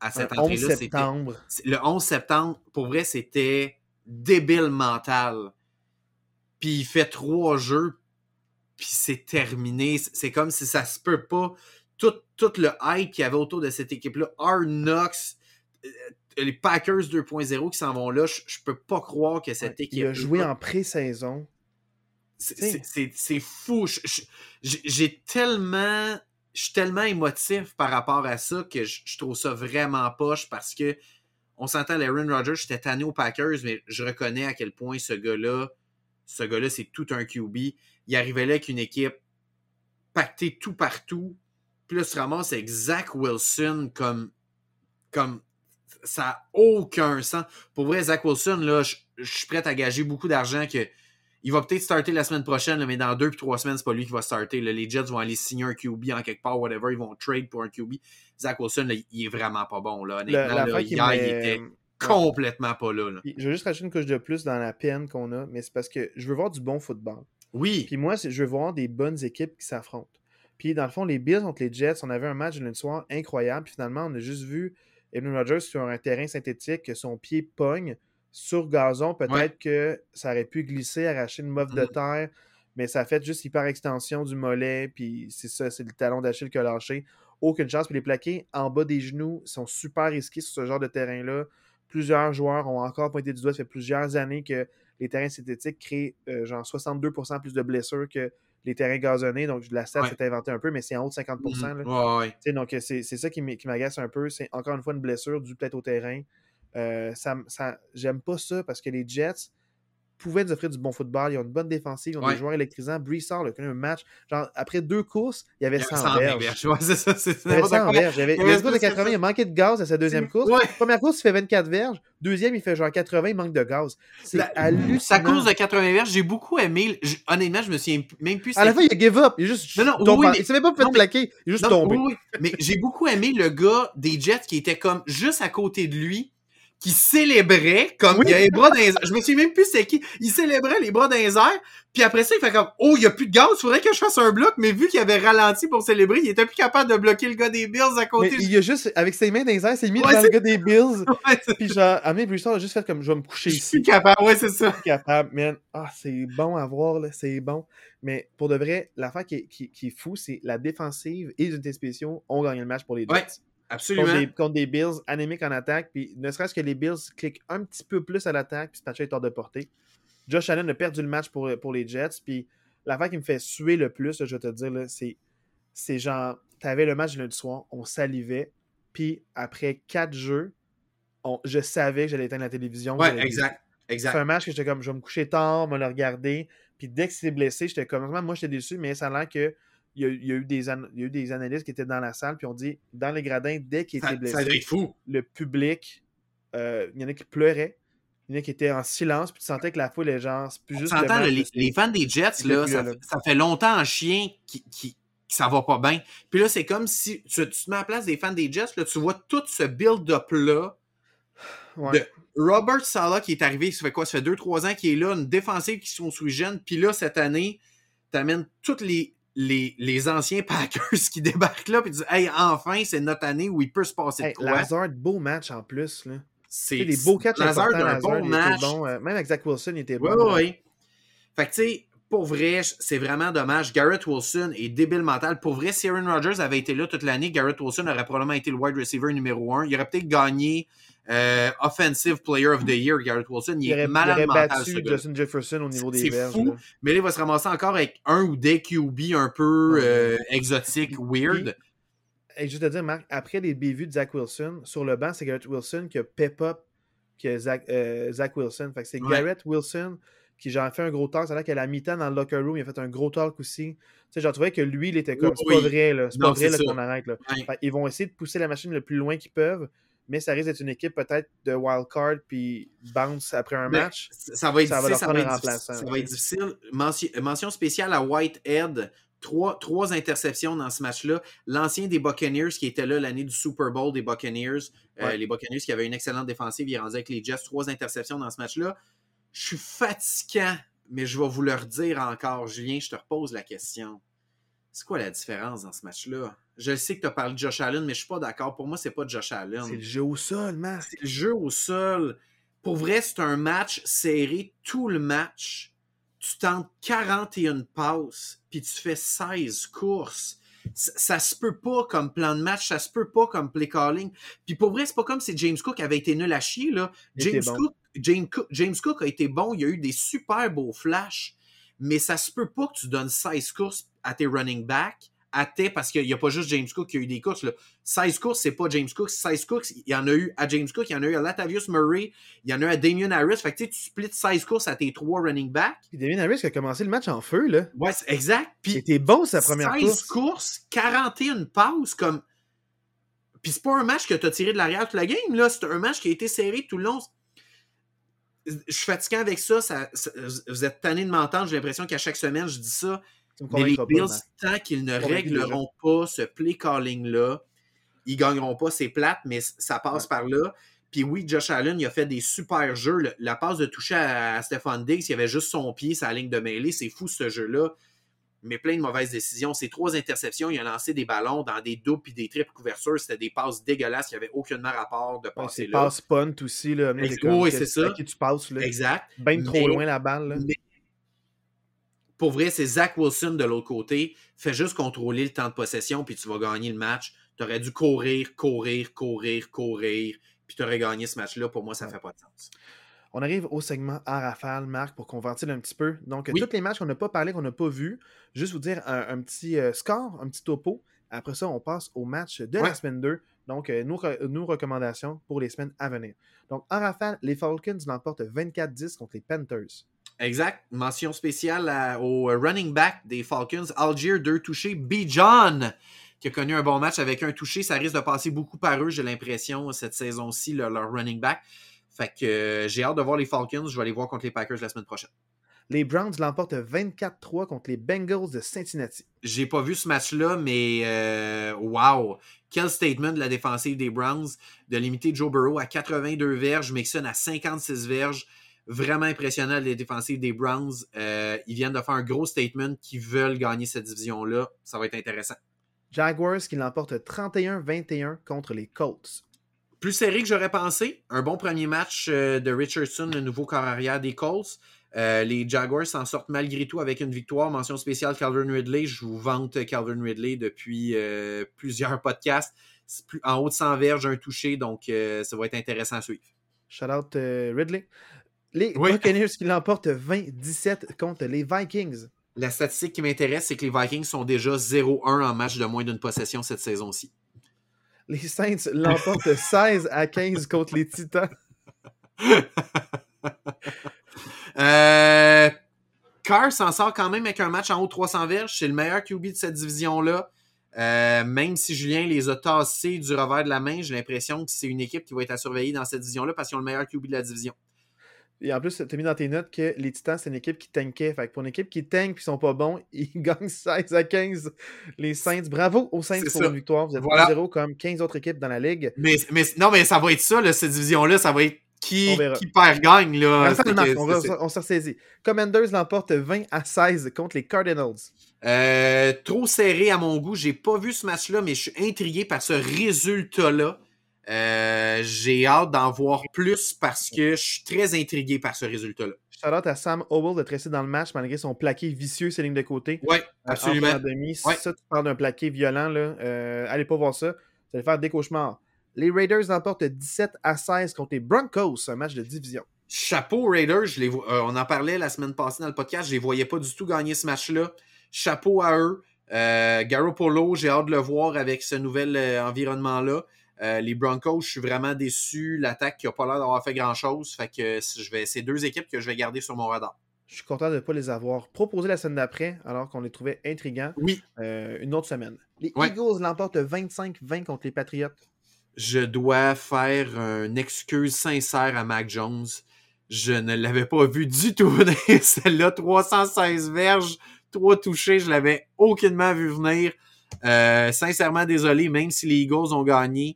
à cette Un entrée-là. onze septembre. C'était, le onze septembre, pour vrai, c'était débile mental. Puis il fait trois jeux, puis c'est terminé. C'est comme si ça se peut pas. Tout, tout le hype qu'il y avait autour de cette équipe-là, Hard Knocks, euh, les Packers deux point zéro qui s'en vont là, je, je peux pas croire que cette Ouais, équipe. Il a joué en pré-saison. C'est, T'sais. c'est, c'est, c'est fou. Je- je- j'ai, j'ai tellement. Je suis tellement émotif par rapport à ça que je, je trouve ça vraiment poche parce que on s'entend, Aaron Rodgers, j'étais tanné aux Packers, mais je reconnais à quel point ce gars-là, ce gars-là, c'est tout un Q B. Il arrivait là avec une équipe pactée tout partout. Puis là, tu ramasses avec Zach Wilson comme, comme ça n'a aucun sens. Pour vrai, Zach Wilson, là, je, je suis prêt à gager beaucoup d'argent que il va peut-être starter la semaine prochaine, là, mais dans deux puis trois semaines, c'est pas lui qui va starter. Là. Les Jets vont aller signer un Q B en quelque part, whatever. Ils vont trade pour un Q B. Zach Wilson, là, il est vraiment pas bon. Là. Honnêtement, Le, là, hier, met... il était ouais. complètement pas là, là. Je veux juste rajouter une couche de plus dans la peine qu'on a, mais c'est parce que je veux voir du bon football. Oui. Puis moi, je veux voir des bonnes équipes qui s'affrontent. Puis dans le fond, les Bills contre les Jets, on avait un match le lundi soir incroyable. Puis finalement, on a juste vu Aaron Rodgers sur un terrain synthétique que son pied pogne sur gazon. Peut-être ouais. que ça aurait pu glisser, arracher une moffe mm. de terre, mais ça a fait juste hyper extension du mollet. Puis c'est ça, c'est le talon d'Achille qui a lâché. Aucune chance. Puis les plaqués en bas des genoux sont super risqués sur ce genre de terrain-là. Plusieurs joueurs ont encore pointé du doigt. Ça fait plusieurs années que les terrains synthétiques créent euh, genre soixante-deux pour cent plus de blessures que les terrains gazonnés. Donc, la stat ouais. s'est inventée un peu, mais c'est en haut de cinquante pour cent. Mm-hmm. Là. Ouais, ouais. Donc, c'est, c'est ça qui m'agace un peu. C'est encore une fois une blessure due peut-être au terrain. Euh, ça, ça, j'aime pas ça parce que les Jets pouvaient nous offrir du bon football. Ils ont une bonne défensive. Ils ont ouais. des joueurs électrisants. Brees Hall a connu un match. Genre, après deux courses, il y avait cent verges. Ouais, c'est ça. C'est il y avait cent verges. Il y avait, il y avait une course de quatre-vingts. Il a manqué de gaz à sa deuxième course. Ouais. Première course, il fait vingt-quatre verges. Deuxième, il fait genre quatre-vingts. Il manque de gaz. C'est La, hallucinant. Sa course de quatre-vingts verges, j'ai beaucoup aimé. Je, honnêtement, je me souviens même plus. À la fin, il a give up. Il est juste non, non, tombé. Oui, mais... Il s'est même pas fait non, plaquer. Il est juste non, tombé. Oui, oui. Mais j'ai beaucoup aimé le gars des Jets qui était comme juste à côté de lui, qui célébrait comme oui. il y a les bras dans les airs. Je me souviens même plus c'est qui. Il célébrait les bras dans les airs. Puis après ça, il fait comme « Oh, il n'y a plus de gaz, il faudrait que je fasse un bloc. » Mais vu qu'il avait ralenti pour célébrer, il était plus capable de bloquer le gars des Bills à côté. Mais il a juste, avec ses mains dans les airs, s'est mis ouais, devant le gars des Bills. Ouais, puis genre, Amé Brissard a juste fait comme « Je vais me coucher je ici. » Je suis capable, ouais, c'est ça. Je suis capable, man. Ah, c'est bon à voir, là, c'est bon. Mais pour de vrai, l'affaire qui est, qui, qui est fou, c'est la défensive et les unités spéciaux ont gagné le match pour les Jets. Ouais. Absolument. Contre des, contre des Bills anémiques en attaque, puis ne serait-ce que les Bills cliquent un petit peu plus à l'attaque, puis ce match est hors de portée. Josh Allen a perdu le match pour, pour les Jets, puis l'affaire qui me fait suer le plus, là, je vais te dire, là, c'est, c'est genre, t'avais le match du lundi soir, on salivait, puis après quatre jeux, on, je savais que j'allais éteindre la télévision. Ouais, exact, exact. C'est un match que j'étais comme, je vais me coucher tard, me le regarder, puis dès que c'est blessé, j'étais comme, moi j'étais déçu, mais ça a l'air que Il y, a, il, y a eu des an... il y a eu des analystes qui étaient dans la salle puis on dit dans les gradins, dès qu'il était blessé, ça devait être fou. Le public, euh, il y en a qui pleuraient, il y en a qui étaient en silence, puis tu sentais que la foule est genre, c'est plus on juste. Le les, les fans des Jets, là, ça, là. ça fait longtemps en chien qui, qui, qui ça va pas bien. Puis là, c'est comme si tu, tu te mets à la place des fans des Jets, là, tu vois tout ce build-up-là ouais. de Robert Saleh qui est arrivé, ça fait quoi? Ça fait deux trois ans qu'il est là, une défensive qui sont sous jeunes, puis là, cette année, t'amènes toutes les. Les, les anciens Packers qui débarquent là et disent « Hey, enfin, c'est notre année où il peut se passer hey, de quoi. » Lazard, beau match en plus. Là. C'est des beaux catchs Lazard importants. un bon match. Bon. Euh, même avec Zach Wilson, il était ouais, bon. Oui, oui. Fait que tu sais, pour vrai, c'est vraiment dommage. Garrett Wilson est débile mental. Pour vrai, si Aaron Rodgers avait été là toute l'année, Garrett Wilson aurait probablement été le wide receiver numéro un. Il aurait peut-être gagné euh, Offensive Player of the Year, Garrett Wilson. Il, il est malade il aurait mental. battu Justin Jefferson au niveau c'est des verges. C'est fou, là. Mais là, il va se ramasser encore avec un ou des Q B un peu euh, exotiques, weird. Et juste te dire, Marc, après les bévues de Zach Wilson, sur le banc, c'est Garrett Wilson qui a pep up que Zach, euh, Zach Wilson. Fait que c'est ouais. Garrett Wilson qui genre fait un gros talk. C'est là qu'à la mi-temps dans le locker room, il a fait un gros talk aussi. Tu sais, j'en trouvais que lui, il était comme oui, c'est pas oui. vrai, là. C'est non, pas vrai là, qu'on arrête. Là. Ouais. Fait, ils vont essayer de pousser la machine le plus loin qu'ils peuvent, mais ça risque d'être une équipe peut-être de wildcard puis bounce après un mais match. Ça va être ça difficile. Va ça, va être, ça va être difficile. Mention, mention spéciale à Whitehead. Trois, trois interceptions dans ce match-là. L'ancien des Buccaneers qui était là l'année du Super Bowl des Buccaneers. Ouais. Euh, les Buccaneers qui avaient une excellente défensive. Il est rendu avec les Jets. Trois interceptions dans ce match-là. Je suis fatiguant, mais je vais vous le redire encore. Julien, je te repose la question. C'est quoi la différence dans ce match-là? Je sais que tu as parlé de Josh Allen, mais je suis pas d'accord. Pour moi, c'est pas Josh Allen. C'est le jeu au sol, Marc. C'est le jeu au sol. Pour vrai, c'est un match serré tout le match. Tu tentes quarante et une passes, puis tu fais seize courses. Ça, ça se peut pas comme plan de match, ça se peut pas comme play calling. Puis pour vrai, c'est pas comme si James Cook avait été nul à chier, là. James bon. Cook, James Cook, James Cook a été bon, il y a eu des super beaux flashs, mais ça se peut pas que tu donnes seize courses à tes running backs, à tes, parce qu'il n'y a pas juste James Cook qui a eu des courses, là. seize courses, c'est pas James Cook. seize courses, il y en a eu à James Cook, il y en a eu à Latavius Murray, il y en a eu à Damien Harris. Fait que tu splits seize courses à tes trois running backs. Puis Damien Harris qui a commencé le match en feu, là. Ouais, c'est exact. Puis c'était bon sa première course. seize courses, quarante et une passes, comme. Puis c'est pas un match que tu as tiré de l'arrière toute la game, là. C'est un match qui a été serré tout le long. Je suis fatigué avec ça, ça, ça. Vous êtes tanné de m'entendre, j'ai l'impression qu'à chaque semaine, je dis ça. Mais les Bills, tant qu'ils ne régleront pas ce play calling-là, ils gagneront pas. C'est plate, mais ça passe ouais. par là. Puis oui, Josh Allen, il a fait des super jeux. Le, la passe de toucher à, à Stephon Diggs, il avait juste son pied, sa ligne de mêlée. C'est fou, ce jeu-là. Mais plein de mauvaises décisions. Ces trois interceptions, il a lancé des ballons dans des doubles et des triples couvertures. C'était des passes dégueulasses qui n'avaient aucunement rapport de passer ouais, là. Passes punt aussi. Là, Ex- oui, c'est ça. À qui tu passes. Là. Exact. Bien trop mais, loin la balle. Là. Mais, pour vrai, c'est Zach Wilson de l'autre côté. Fais juste contrôler le temps de possession, puis tu vas gagner le match. Tu aurais dû courir, courir, courir, courir, puis tu aurais gagné ce match-là. Pour moi, ça ne ouais. fait pas de sens. On arrive au segment à rafale, Marc, pour qu'on ventile un petit peu. Donc, oui. tous les matchs qu'on n'a pas parlé, qu'on n'a pas vus, juste vous dire un, un petit euh, score, un petit topo. Après ça, on passe au match de ouais. la semaine deux. Donc, euh, nos, nos recommandations pour les semaines à venir. Donc, en rafale, les Falcons l'emportent vingt-quatre dix contre les Panthers. Exact. Mention spéciale à, au running back des Falcons, Algier, deux touchés. Bijan, qui a connu un bon match avec un touché. Ça risque de passer beaucoup par eux, j'ai l'impression, cette saison-ci, leur, leur running back. Fait que euh, j'ai hâte de voir les Falcons. Je vais aller voir contre les Packers la semaine prochaine. Les Browns l'emportent vingt-quatre trois contre les Bengals de Cincinnati. J'ai pas vu ce match-là, mais euh, wow! Quel statement de la défensive des Browns de limiter Joe Burrow à quatre-vingt-deux verges, Mixon à cinquante-six verges. Vraiment impressionnant les défensives des Browns. Euh, ils viennent de faire un gros statement qu'ils veulent gagner cette division-là. Ça va être intéressant. Jaguars qui l'emportent trente et un vingt et un contre les Colts. Plus serré que j'aurais pensé. Un bon premier match de Richardson, le nouveau corps arrière des Colts. Euh, les Jaguars s'en sortent malgré tout avec une victoire. Mention spéciale Calvin Ridley. Je vous vante Calvin Ridley depuis euh, plusieurs podcasts. C'est plus, en haut de cent verges, un touché. Donc, euh, ça va être intéressant à suivre. Shout out euh, Ridley. Les oui. Buccaneers qui l'emportent vingt dix-sept contre les Vikings. La statistique qui m'intéresse, c'est que les Vikings sont déjà zéro un en match de moins d'une possession cette saison-ci. Les Saints l'emportent seize à quinze contre les Titans. euh, Carr s'en sort quand même avec un match en haut de trois cents verges. C'est le meilleur Q B de cette division-là. Euh, même si Julien les a tassés du revers de la main, j'ai l'impression que c'est une équipe qui va être à surveiller dans cette division-là parce qu'ils ont le meilleur Q B de la division. Et en plus, tu as mis dans tes notes que les Titans, c'est une équipe qui tankait. Fait que pour une équipe qui tank et qui sont pas bons, ils gagnent seize à quinze. Les Saints, bravo aux Saints c'est pour ça. Une victoire. Vous êtes voilà. zéro comme quinze autres équipes dans la ligue. Mais, mais non, mais ça va être ça, là, cette division-là. Ça va être qui, qui perd gagne. Là. Enfin, que, on, va, on s'est ressaisit. Commanders l'emporte vingt à seize contre les Cardinals. Euh, trop serré à mon goût. J'ai pas vu ce match-là, mais je suis intrigué par ce résultat-là. Euh, j'ai hâte d'en voir plus parce que je suis très intrigué par ce résultat-là. Shout-out à Sam Howell de rester dans le match malgré son plaqué vicieux, ses lignes de côté. Oui, absolument. En demi. Ouais. Ça, tu parles d'un plaqué violent, là. Euh, allez pas voir ça. Ça va faire des cauchemars. Les Raiders l'emportent dix-sept à seize contre les Broncos, un match de division. Chapeau Raiders, je les vo- euh, on en parlait la semaine passée dans le podcast, je les voyais pas du tout gagner ce match-là. Chapeau à eux. Euh, Garoppolo, j'ai hâte de le voir avec ce nouvel euh, environnement-là. Euh, les Broncos, je suis vraiment déçu. L'attaque qui n'a pas l'air d'avoir fait grand-chose. Fait que je vais, c'est deux équipes que je vais garder sur mon radar. Je suis content de ne pas les avoir proposées la semaine d'après, alors qu'on les trouvait intrigants. Oui. Euh, une autre semaine. Les ouais. Eagles l'emportent vingt-cinq vingt contre les Patriots. Je dois faire une excuse sincère à Mac Jones. Je ne l'avais pas vu du tout venir. Celle-là, trois cent seize verges, trois touchés. Je l'avais aucunement vu venir. Euh, sincèrement désolé, même si les Eagles ont gagné.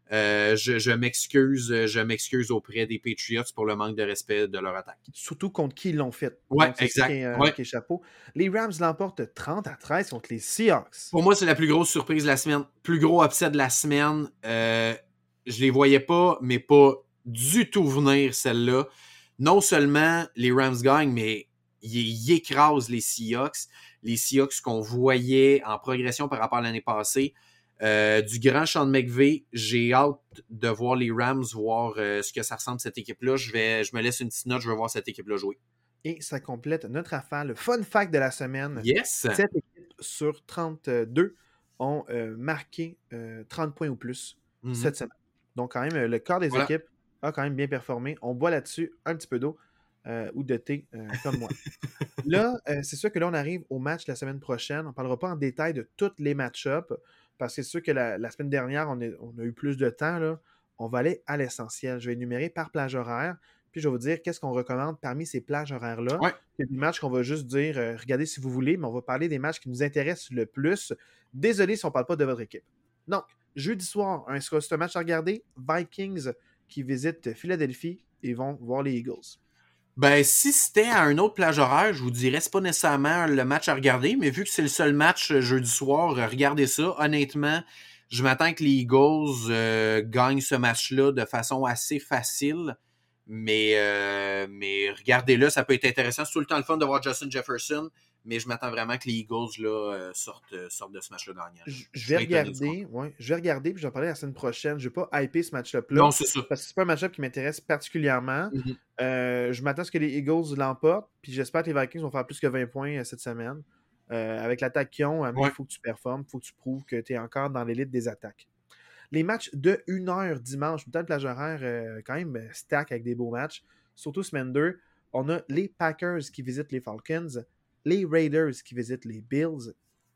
Euh, je, je m'excuse, je m'excuse auprès des Patriots pour le manque de respect de leur attaque. Surtout contre qui ils l'ont fait. Ouais, Donc, c'est exact. ça qui est, euh, ouais. qui est chapeau. Les Rams l'emportent trente à treize contre les Seahawks. Pour moi, c'est la plus grosse surprise de la semaine. Plus gros upset de la semaine. Euh, je les voyais pas, mais pas du tout venir, celle-là. Non seulement les Rams gagnent, mais ils, ils écrasent les Seahawks. Les Seahawks qu'on voyait en progression par rapport à l'année passée. Euh, du grand Sean McVay, j'ai hâte de voir les Rams, voir euh, ce que ça ressemble cette équipe-là. Je vais, je me laisse une petite note, je vais voir cette équipe-là jouer. Et ça complète notre affaire. Le fun fact de la semaine. Yes! sept équipes sur trente-deux ont euh, marqué euh, trente points ou plus mm-hmm. cette semaine. Donc, quand même, euh, le quart des voilà. équipes a quand même bien performé. On boit là-dessus un petit peu d'eau euh, ou de thé, euh, comme moi. Là, euh, c'est sûr que là, on arrive au match la semaine prochaine. On ne parlera pas en détail de tous les match-ups parce que c'est sûr que la, la semaine dernière, on, est, on a eu plus de temps. Là. On va aller à l'essentiel. Je vais énumérer par plage horaire. Puis je vais vous dire qu'est-ce qu'on recommande parmi ces plages horaires-là. Ouais. Il y a des matchs qu'on va juste dire, euh, regardez si vous voulez, mais on va parler des matchs qui nous intéressent le plus. Désolé si on ne parle pas de votre équipe. Donc, jeudi soir, un, c'est un match à regarder. Vikings qui visitent Philadelphie et vont voir les Eagles. Ben, si c'était à un autre plage horaire, je vous dirais que c'est pas nécessairement le match à regarder, mais vu que c'est le seul match jeudi soir, regardez ça. Honnêtement, je m'attends que les Eagles euh, gagnent ce match-là de façon assez facile. Mais, euh, mais regardez-le, ça peut être intéressant. C'est tout le temps le fun de voir Justin Jefferson, mais je m'attends vraiment que les Eagles là, euh, sortent, sortent de ce match-là gagnant. Je, je vais regarder, ouais, je vais regarder, puis j'en parler la semaine prochaine. Je ne vais pas hyper ce match-up là. Non, c'est ça. Parce que c'est pas un match-up qui m'intéresse particulièrement. Mm-hmm. Euh, je m'attends à ce que les Eagles l'emportent, puis j'espère que les Vikings vont faire plus que vingt points cette semaine. Euh, avec l'attaque qu'ils ont, il ouais. faut que tu performes, il faut que tu prouves que tu es encore dans l'élite des attaques. Les matchs de une heure dimanche, tout le temps de plage horaire, euh, quand même stack avec des beaux matchs. Surtout semaine deux, on a les Packers qui visitent les Falcons, les Raiders qui visitent les Bills,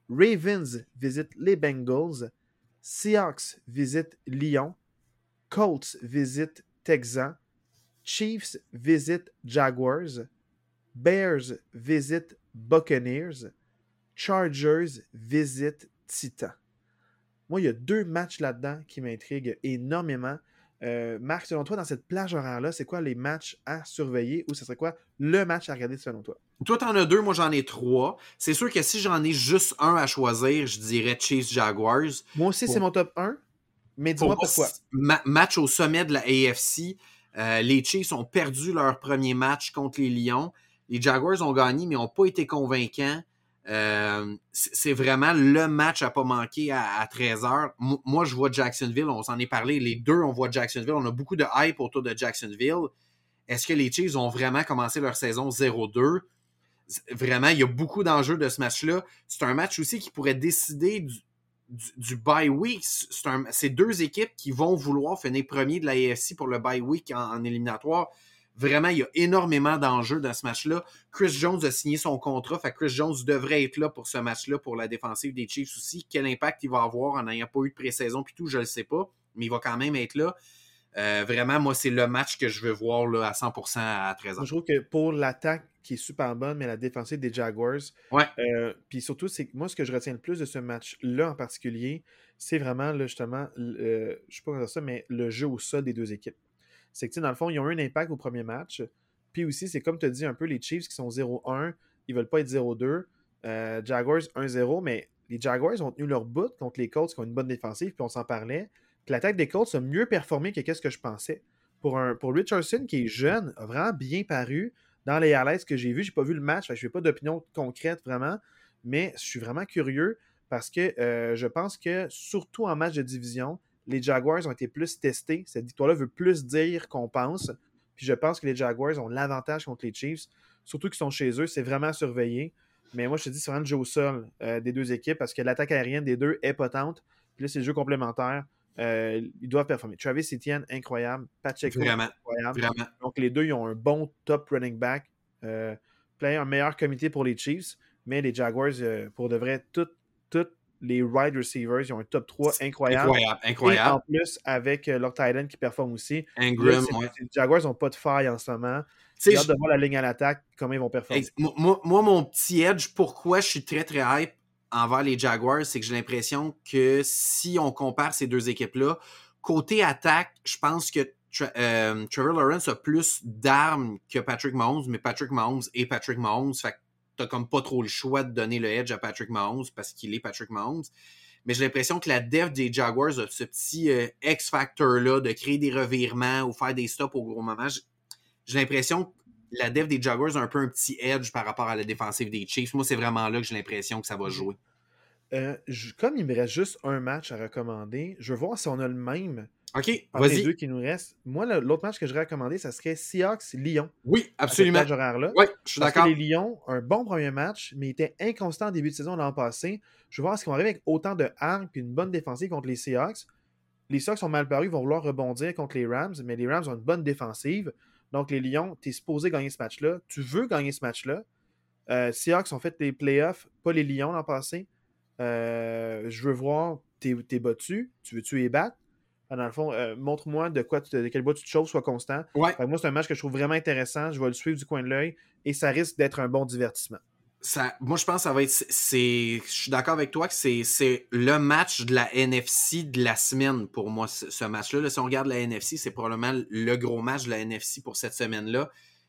Ravens visitent les Bengals, Seahawks visitent Lyon, Colts visitent Texans, Chiefs visitent Jaguars, Bears visitent Buccaneers, Chargers visitent Titans. Moi, il y a deux matchs là-dedans qui m'intriguent énormément. Euh, Marc, selon toi, dans cette plage horaire-là, c'est quoi les matchs à surveiller ou ce serait quoi le match à regarder selon toi? Toi, t'en as deux, moi j'en ai trois. C'est sûr que si j'en ai juste un à choisir, je dirais Chiefs Jaguars. Moi aussi, pour... c'est mon top un, mais dis-moi pour pourquoi. Ma- match au sommet de la A F C. Euh, les Chiefs ont perdu leur premier match contre les Lions. Les Jaguars ont gagné, mais n'ont pas été convaincants. Euh, c'est vraiment le match à pas manquer à, à treize heures. M- moi, je vois Jacksonville, on s'en est parlé, les deux, on voit Jacksonville. On a beaucoup de hype autour de Jacksonville. Est-ce que les Chiefs ont vraiment commencé leur saison zéro deux? Vraiment, il y a beaucoup d'enjeux de ce match-là. C'est un match aussi qui pourrait décider du, du, du bye week. C'est, un, c'est deux équipes qui vont vouloir finir premier de la A F C pour le bye week en, en éliminatoire. Vraiment, il y a énormément d'enjeux dans ce match-là. Chris Jones a signé son contrat, fait que Chris Jones devrait être là pour ce match-là, pour la défensive des Chiefs aussi. Quel impact il va avoir en n'ayant pas eu de pré-saison puis tout, je le sais pas, mais il va quand même être là. Euh, vraiment, moi, c'est le match que je veux voir là, à cent pour cent à treize ans. Moi, je trouve que pour l'attaque qui est super bonne, mais la défensive des Jaguars, ouais. euh, puis surtout, c'est moi, ce que je retiens le plus de ce match-là en particulier, c'est vraiment, là, justement, euh, je sais pas comment dire ça, mais le jeu au sol des deux équipes. C'est que, dans le fond, ils ont eu un impact au premier match. Puis aussi, c'est comme tu as dit un peu, les Chiefs qui sont zéro un, ils veulent pas être zéro deux. Euh, Jaguars un zéro, mais les Jaguars ont tenu leur bout contre les Colts qui ont une bonne défensive, puis on s'en parlait. Puis l'attaque des Colts a mieux performé que qu'est-ce que je pensais. Pour, un, pour Richardson, qui est jeune, a vraiment bien paru dans les highlights que j'ai vus. J'ai pas vu le match, fait que je n'ai pas d'opinion concrète vraiment, mais je suis vraiment curieux parce que euh, je pense que, surtout en match de division, les Jaguars ont été plus testés. Cette victoire-là veut plus dire qu'on pense. Puis je pense que les Jaguars ont l'avantage contre les Chiefs. Surtout qu'ils sont chez eux, c'est vraiment surveillé. Mais moi, je te dis, c'est vraiment le jeu au sol euh, des deux équipes parce que l'attaque aérienne des deux est potente. Puis là, c'est le jeu complémentaire. Euh, ils doivent performer. Travis Etienne, incroyable. Pacheco, vraiment, incroyable. Vraiment. Donc, les deux, ils ont un bon top running back. Euh, un meilleur comité pour les Chiefs. Mais les Jaguars, euh, pour de vrai, toutes tout les wide receivers, ils ont un top trois incroyable. Incroyable, incroyable. Et en plus, avec euh, leur tight end qui performe aussi. Ingram, là, ouais. Les Jaguars n'ont pas de faille en ce moment. J'ai hâte de voir la ligne à l'attaque, comment ils vont performer. Moi, moi, mon petit edge, pourquoi je suis très, très hype envers les Jaguars, c'est que j'ai l'impression que si on compare ces deux équipes-là, côté attaque, je pense que Tra- euh, Trevor Lawrence a plus d'armes que Patrick Mahomes, mais Patrick Mahomes est Patrick Mahomes. Fait que t'as comme pas trop le choix de donner le edge à Patrick Mahomes parce qu'il est Patrick Mahomes. Mais j'ai l'impression que la def des Jaguars a ce petit euh, X-factor-là de créer des revirements ou faire des stops au gros moment. J'ai, j'ai l'impression que la def des Jaguars a un peu un petit edge par rapport à la défensive des Chiefs. Moi, c'est vraiment là que j'ai l'impression que ça va jouer. Euh, je- comme il me reste juste un match à recommander, je veux voir si on a le même OK, entre les vas-y. deux qui nous restent. Moi, le- l'autre match que je recommander, ça serait Seahawks-Lyon. Oui, À cette absolument. plage horaire-là. Oui, je suis Parce que d'accord. les Lions, un bon premier match, mais ils étaient inconstants en début de saison l'an passé. Je veux voir est-ce qu'ils vont arriver avec autant de hargne et une bonne défensive contre les Seahawks. Les Seahawks sont mal parus, ils vont vouloir rebondir contre les Rams, mais les Rams ont une bonne défensive. Donc les Lions, tu es supposé gagner ce match-là. Tu veux gagner ce match-là. Euh, Seahawks ont fait les playoffs, pas les Lions l'an passé. Euh, je veux voir, t'es, t'es battu, tu veux-tu les battre? Ah, dans le fond, euh, montre-moi de quoi tu, de quel bois tu te chauffes, sois constant. Ouais. Fait que moi, c'est un match que je trouve vraiment intéressant. Je vais le suivre du coin de l'œil et ça risque d'être un bon divertissement. Ça, moi, je pense que ça va être. C'est, je suis d'accord avec toi que c'est, c'est le match de la N F C de la semaine pour moi, ce, ce match-là. Là, si on regarde la N F C, c'est probablement le gros match de la N F C pour cette semaine-là.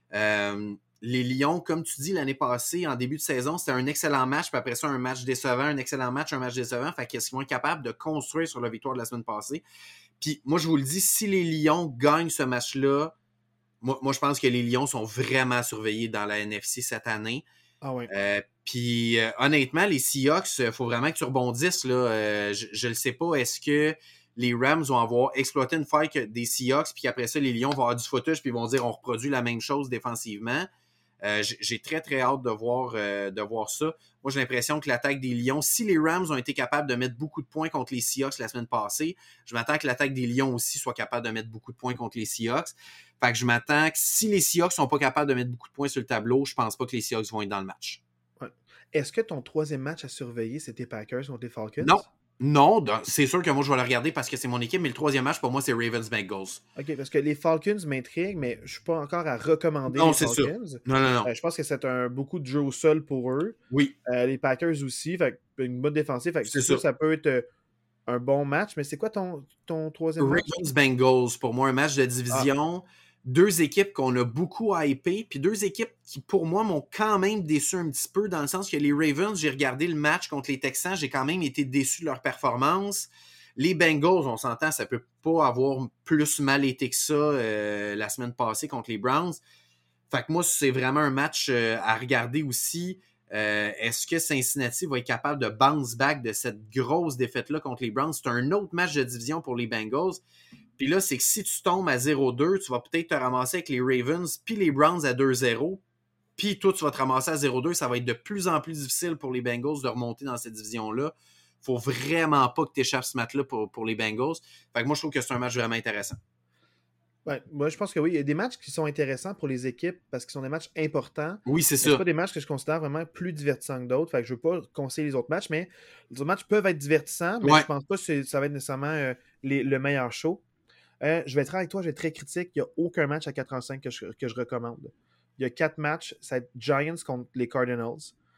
Euh, les Lions, comme tu dis, l'année passée, en début de saison, c'était un excellent match, puis après ça, un match décevant, un excellent match, un match décevant. Fait qu'est-ce qu'ils vont être capables de construire sur la victoire de la semaine passée? Puis moi, je vous le dis, si les Lions gagnent ce match-là, moi, moi je pense que les Lions sont vraiment surveillés dans la N F C cette année. Ah ouais. Euh, puis euh, honnêtement, les Seahawks, il faut vraiment que tu rebondisses. Là. Euh, je ne le sais pas, est-ce que les Rams vont avoir exploité une faille des Seahawks, puis après ça, les Lions vont avoir du footage, puis ils vont dire on reproduit la même chose défensivement. Euh, j'ai très, très hâte de voir, euh, de voir ça. Moi, j'ai l'impression que l'attaque des Lions, si les Rams ont été capables de mettre beaucoup de points contre les Seahawks la semaine passée, je m'attends que l'attaque des Lions aussi soit capable de mettre beaucoup de points contre les Seahawks. Fait que je m'attends que si les Seahawks sont pas capables de mettre beaucoup de points sur le tableau, je pense pas que les Seahawks vont être dans le match. Ouais. Est-ce que ton troisième match à surveiller, c'était Packers contre les Falcons? Non. Non, c'est sûr que moi, je vais le regarder parce que c'est mon équipe, mais le troisième match, pour moi, c'est Ravens-Bengals. OK, parce que les Falcons m'intriguent, mais je ne suis pas encore à recommander non, les c'est Falcons. Ça. Non, non, non. Euh, je pense que c'est un beaucoup de jeux au sol pour eux. Oui. Euh, les Packers aussi, fait une bonne défensive. Fait c'est sûr, ça. ça peut être euh, un bon match, mais c'est quoi ton, ton troisième match? Ravens-Bengals, pour moi, un match de division. Ah. Deux équipes qu'on a beaucoup hypées, puis deux équipes qui, pour moi, m'ont quand même déçu un petit peu, dans le sens que les Ravens, j'ai regardé le match contre les Texans, j'ai quand même été déçu de leur performance. Les Bengals, on s'entend, ça peut pas avoir plus mal été que ça euh, la semaine passée contre les Browns. Fait que moi, c'est vraiment un match euh, à regarder aussi. Euh, est-ce que Cincinnati va être capable de bounce back de cette grosse défaite-là contre les Browns? C'est un autre match de division pour les Bengals. Puis là, c'est que si tu tombes à zéro deux, tu vas peut-être te ramasser avec les Ravens puis les Browns à deux zéro. Puis toi, tu vas te ramasser à zéro deux. Ça va être de plus en plus difficile pour les Bengals de remonter dans cette division-là. Faut vraiment pas que tu échappes ce match-là pour, pour les Bengals. Fait que moi, je trouve que c'est un match vraiment intéressant. Ouais, moi, je pense que oui. Il y a des matchs qui sont intéressants pour les équipes parce qu'ils sont des matchs importants. Oui, c'est ça. C'est pas des matchs que je considère vraiment plus divertissants que d'autres. Fait que je veux pas conseiller les autres matchs, mais les autres matchs peuvent être divertissants, mais ouais. je pense pas que ça va être nécessairement euh, les, le meilleur show. Euh, je vais être avec toi, je vais être très critique. Il n'y a aucun match à quatre en cinq que je, que je recommande. Il y a quatre matchs. Ça va être Giants contre les Cardinals.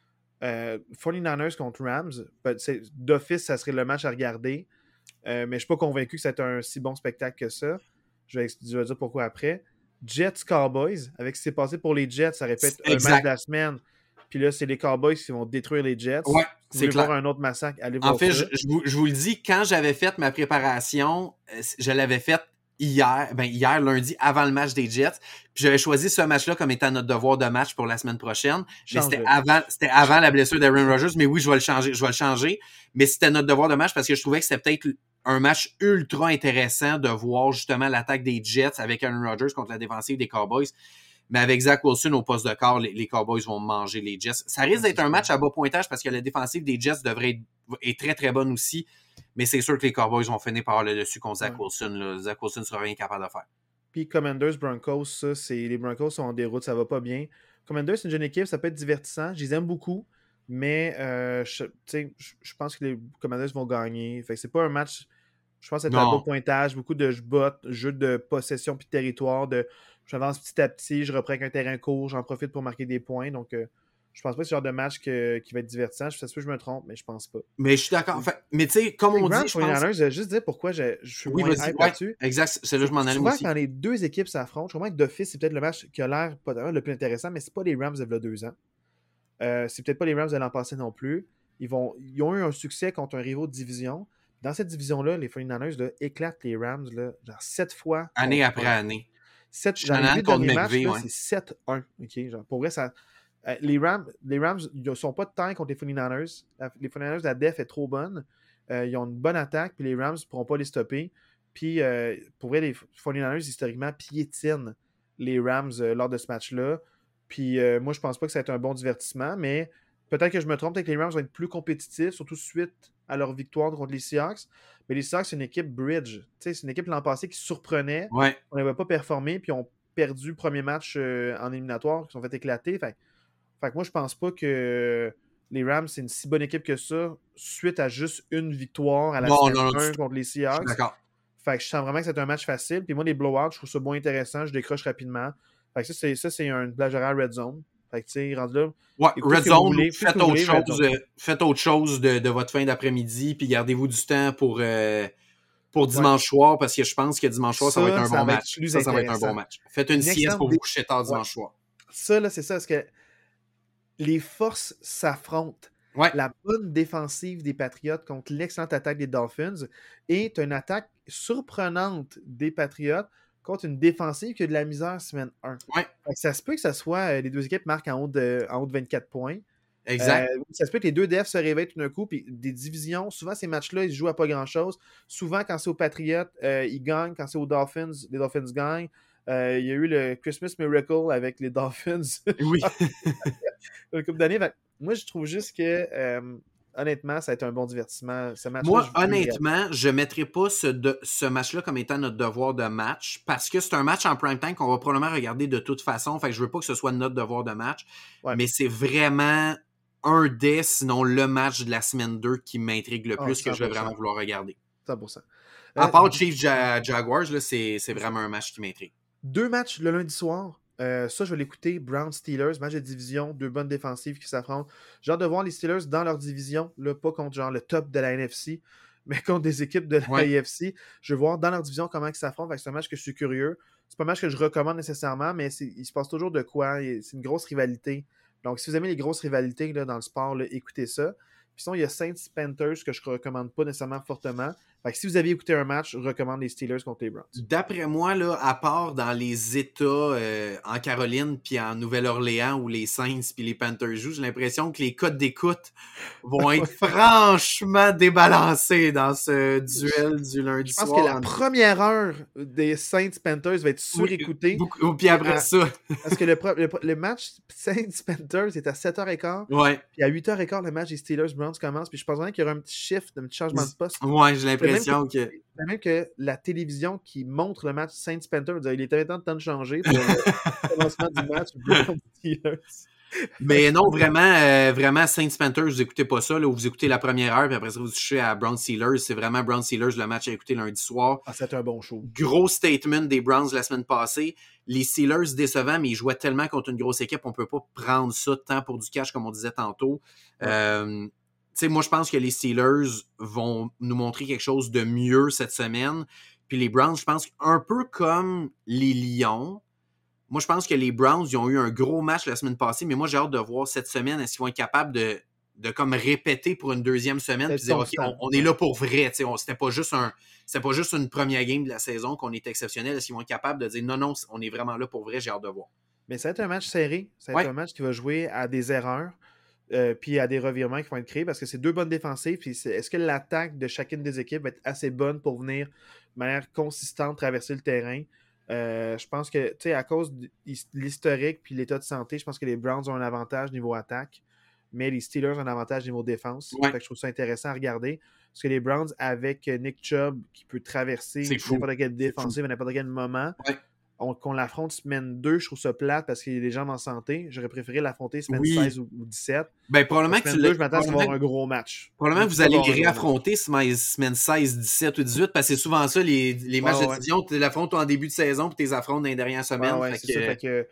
Euh, forty-niners contre Rams. D'office, ça serait le match à regarder. Euh, mais je ne suis pas convaincu que c'est un si bon spectacle que ça. Je vais, je vais dire pourquoi après. Jets Cowboys. Avec ce qui s'est passé pour les Jets, ça répète un match de la semaine. Puis là, c'est les Cowboys qui vont détruire les Jets. Ouais, si vous voulez voir un autre massacre, allez voir En fait, ça. Je, je, vous, je vous le dis, quand j'avais fait ma préparation, je l'avais faite hier, ben hier, lundi, avant le match des Jets. Puis j'avais choisi ce match-là comme étant notre devoir de match pour la semaine prochaine. Mais c'était avant, c'était avant la blessure d'Aaron Rodgers. Mais oui, je vais le changer. Je vais le changer. Mais c'était notre devoir de match parce que je trouvais que c'était peut-être un match ultra intéressant de voir justement l'attaque des Jets avec Aaron Rodgers contre la défensive des Cowboys. Mais avec Zach Wilson au poste de quart, les, les Cowboys vont manger les Jets. Ça risque d'être un match à bas pointage parce que la défensive des Jets devrait être est très, très bonne aussi. Mais c'est sûr que les Cowboys vont finir par avoir le dessus contre Zach ouais. Wilson. Là. Zach Wilson sera rien capable de faire. Puis Commanders, Broncos, ça, c'est les Broncos sont en déroute, ça va pas bien. Commanders, c'est une jeune équipe, ça peut être divertissant. Je les aime beaucoup, mais euh, je, je pense que les Commanders vont gagner. Fait que c'est pas un match, je pense que c'est un beau pointage, beaucoup de bottes, jeu de possession puis de territoire, de j'avance petit à petit, je reprends un terrain court, j'en profite pour marquer des points. Donc, euh, Je pense pas que c'est le genre de match que, qui va être divertissant. Je sais pas si je me trompe, mais je pense pas. Mais je suis d'accord. Enfin, mais tu sais, comme on dit, je pense... Je vais juste dire pourquoi je, je suis oui, moins vas-y, hype ouais, là-dessus. Exact, c'est là que je m'en allais souvent, aussi. quand les deux équipes s'affrontent, je comprends que d'office, c'est peut-être le match qui a l'air pas le plus intéressant, mais c'est pas les Rams de là deux ans. Euh, c'est peut-être pas les Rams de l'an passé non plus. Ils, vont, ils ont eu un succès contre un rival de division. Dans cette division-là, les forty-niners là, éclatent les Rams là, genre sept fois. Année après un. année. sept, dans les huit derniers matchs, là, ouais. C'est sept un. Okay? Genre, pour vrai, ça... Euh, les Rams, les Rams, ils ne sont pas de temps contre les forty-niners. La, les forty-niners, la def est trop bonne. Euh, ils ont une bonne attaque, puis les Rams ne pourront pas les stopper. Puis, euh, pour vrai, les forty-niners, historiquement, piétinent les Rams euh, lors de ce match-là. Puis, euh, moi, je pense pas que ça va être un bon divertissement, mais peut-être que je me trompe, peut-être que les Rams vont être plus compétitifs, surtout suite à leur victoire contre les Seahawks. Mais les Seahawks, c'est une équipe bridge. T'sais, c'est une équipe l'an passé qui surprenait. Ouais. On n'avait pas performé, puis ont perdu le premier match euh, en éliminatoire, qui sont fait éclater. Fait, fait que moi, je pense pas que les Rams, c'est une si bonne équipe que ça, suite à juste une victoire à la non, semaine non, non, un tu... contre les Seahawks. Je suis d'accord. Fait que je sens vraiment que c'est un match facile. Puis moi, les blowouts, je trouve ça moins intéressant. Je décroche rapidement. Fait que ça, c'est, ça, c'est une plage horaire red zone. Fait que, tu sais, rendu là. Ouais, red zone, voulez, faites, autre voulez, chose, euh, faites autre chose de, de votre fin d'après-midi, puis gardez-vous du temps pour, euh, pour dimanche ouais. soir, parce que je pense que dimanche soir, ça, ça va être un bon match. Ça, ça va être un bon match. Faites une, une sieste pour des... vous coucher tard dimanche ouais. soir. Ça, là, c'est ça, parce que les forces s'affrontent. Ouais. La bonne défensive des Patriots contre l'excellente attaque des Dolphins et une attaque surprenante des Patriots contre une défensive qui a de la misère semaine un. Ouais. Ça se peut que ça soit euh, les deux équipes marquent en haut de, en haut de vingt-quatre points. Exact. Euh, ça se peut que les deux D F se réveillent tout d'un coup, puis des divisions, souvent ces matchs-là, ils se jouent à pas grand-chose. Souvent, quand c'est aux Patriots, euh, ils gagnent. Quand c'est aux Dolphins, les Dolphins gagnent. Euh, il y a eu le Christmas Miracle avec les Dolphins. Oui. Une couple d'années. Moi, je trouve juste que, euh, honnêtement, ça a été un bon divertissement. Ce match-là, Moi, je honnêtement, je ne mettrai pas ce, de, ce match-là comme étant notre devoir de match parce que c'est un match en prime time qu'on va probablement regarder de toute façon. Fait que je veux pas que ce soit notre devoir de match. Ouais. Mais c'est vraiment un des, sinon le match de la semaine deux qui m'intrigue le plus, oh, que je vais vraiment vouloir regarder. cent pour cent. Euh, à part Chiefs ja- Jaguars, là, c'est, c'est vraiment un match qui m'intrigue. Deux matchs le lundi soir. Euh, ça, je vais l'écouter. Browns Steelers, match de division, deux bonnes défensives qui s'affrontent. J'ai hâte de voir les Steelers dans leur division, là, pas contre genre le top de la N F C, mais contre des équipes de la ouais. A F C. Je vais voir dans leur division comment ils s'affrontent. C'est un match que je suis curieux. C'est pas un match que je recommande nécessairement, mais c'est, il se passe toujours de quoi. C'est une grosse rivalité. Donc, si vous aimez les grosses rivalités là, dans le sport, là, écoutez ça. Puis sinon, il y a Saints Panthers que je ne recommande pas nécessairement fortement. Fait que si vous avez écouté un match, je recommande les Steelers contre les Browns. D'après moi, là, à part dans les États euh, en Caroline puis en Nouvelle-Orléans où les Saints puis les Panthers jouent, j'ai l'impression que les codes d'écoute vont être franchement débalancés dans ce duel du lundi soir. Je pense soir, que la première heure des Saints Panthers va être surécoutée. Ou puis après à, ça. Parce que le, le, le match Saints Panthers est à sept heures quinze. Ouais. Puis à huit heures quinze, le match des Steelers Browns commence. Puis je pense vraiment qu'il y aura un petit shift, un petit changement de poste. Ouais, j'ai l'impression que... que... Même que la télévision qui montre le match Saints-Panthers, il était temps de temps de changer pour le commencement du match Steelers. Mais non, vraiment, euh, vraiment Saints-Panthers, vous écoutez pas ça, là, où vous écoutez la première heure, puis après ça, vous touchez à Browns-Steelers. C'est vraiment Browns-Steelers, le match à écouter lundi soir. Ah, c'était un bon show. Gros statement des Browns la semaine passée. Les Steelers, décevants, mais ils jouaient tellement contre une grosse équipe, on peut pas prendre ça tant pour du cash, comme on disait tantôt. Ouais. Euh, Tu sais, moi, je pense que les Steelers vont nous montrer quelque chose de mieux cette semaine. Puis les Browns, je pense un peu comme les Lions. Moi, je pense que les Browns, ils ont eu un gros match la semaine passée, mais moi, j'ai hâte de voir cette semaine, est-ce qu'ils vont être capables de, de comme répéter pour une deuxième semaine, puis dire, OK, on, on est là pour vrai. Tu sais, on, c'était pas juste un, c'était pas juste une première game de la saison qu'on est exceptionnel. Est-ce qu'ils vont être capables de dire, non, non, on est vraiment là pour vrai, j'ai hâte de voir. Mais ça va être un match serré. Ça va être ouais. un match qui va jouer à des erreurs. Euh, puis à des revirements qui vont être créés parce que c'est deux bonnes défensives. Puis c'est, est-ce que l'attaque de chacune des équipes va être assez bonne pour venir de manière consistante traverser le terrain? Euh, je pense que, tu sais, à cause de l'historique puis l'état de santé, je pense que les Browns ont un avantage niveau attaque, mais les Steelers ont un avantage niveau défense. Ouais. Fait que je trouve ça intéressant à regarder. Parce que les Browns, avec Nick Chubb qui peut traverser n'importe quelle défensive à n'importe quel moment, ouais. On, qu'on l'affronte semaine deux, je trouve ça plate parce qu'il y a des gens en santé. J'aurais préféré l'affronter semaine oui. seize ou, ou dix-sept. Ben, probablement que tu deux, je m'attends à avoir un gros match. Probablement que vous allez les réaffronter semaine seize, dix-sept ou dix-huit parce que c'est souvent ça, les, les matchs ah, de division, ouais. tu les affrontes en début de saison puis tu les affrontes dans les dernières semaines. Ah, ouais, fait c'est que... ça. Fait que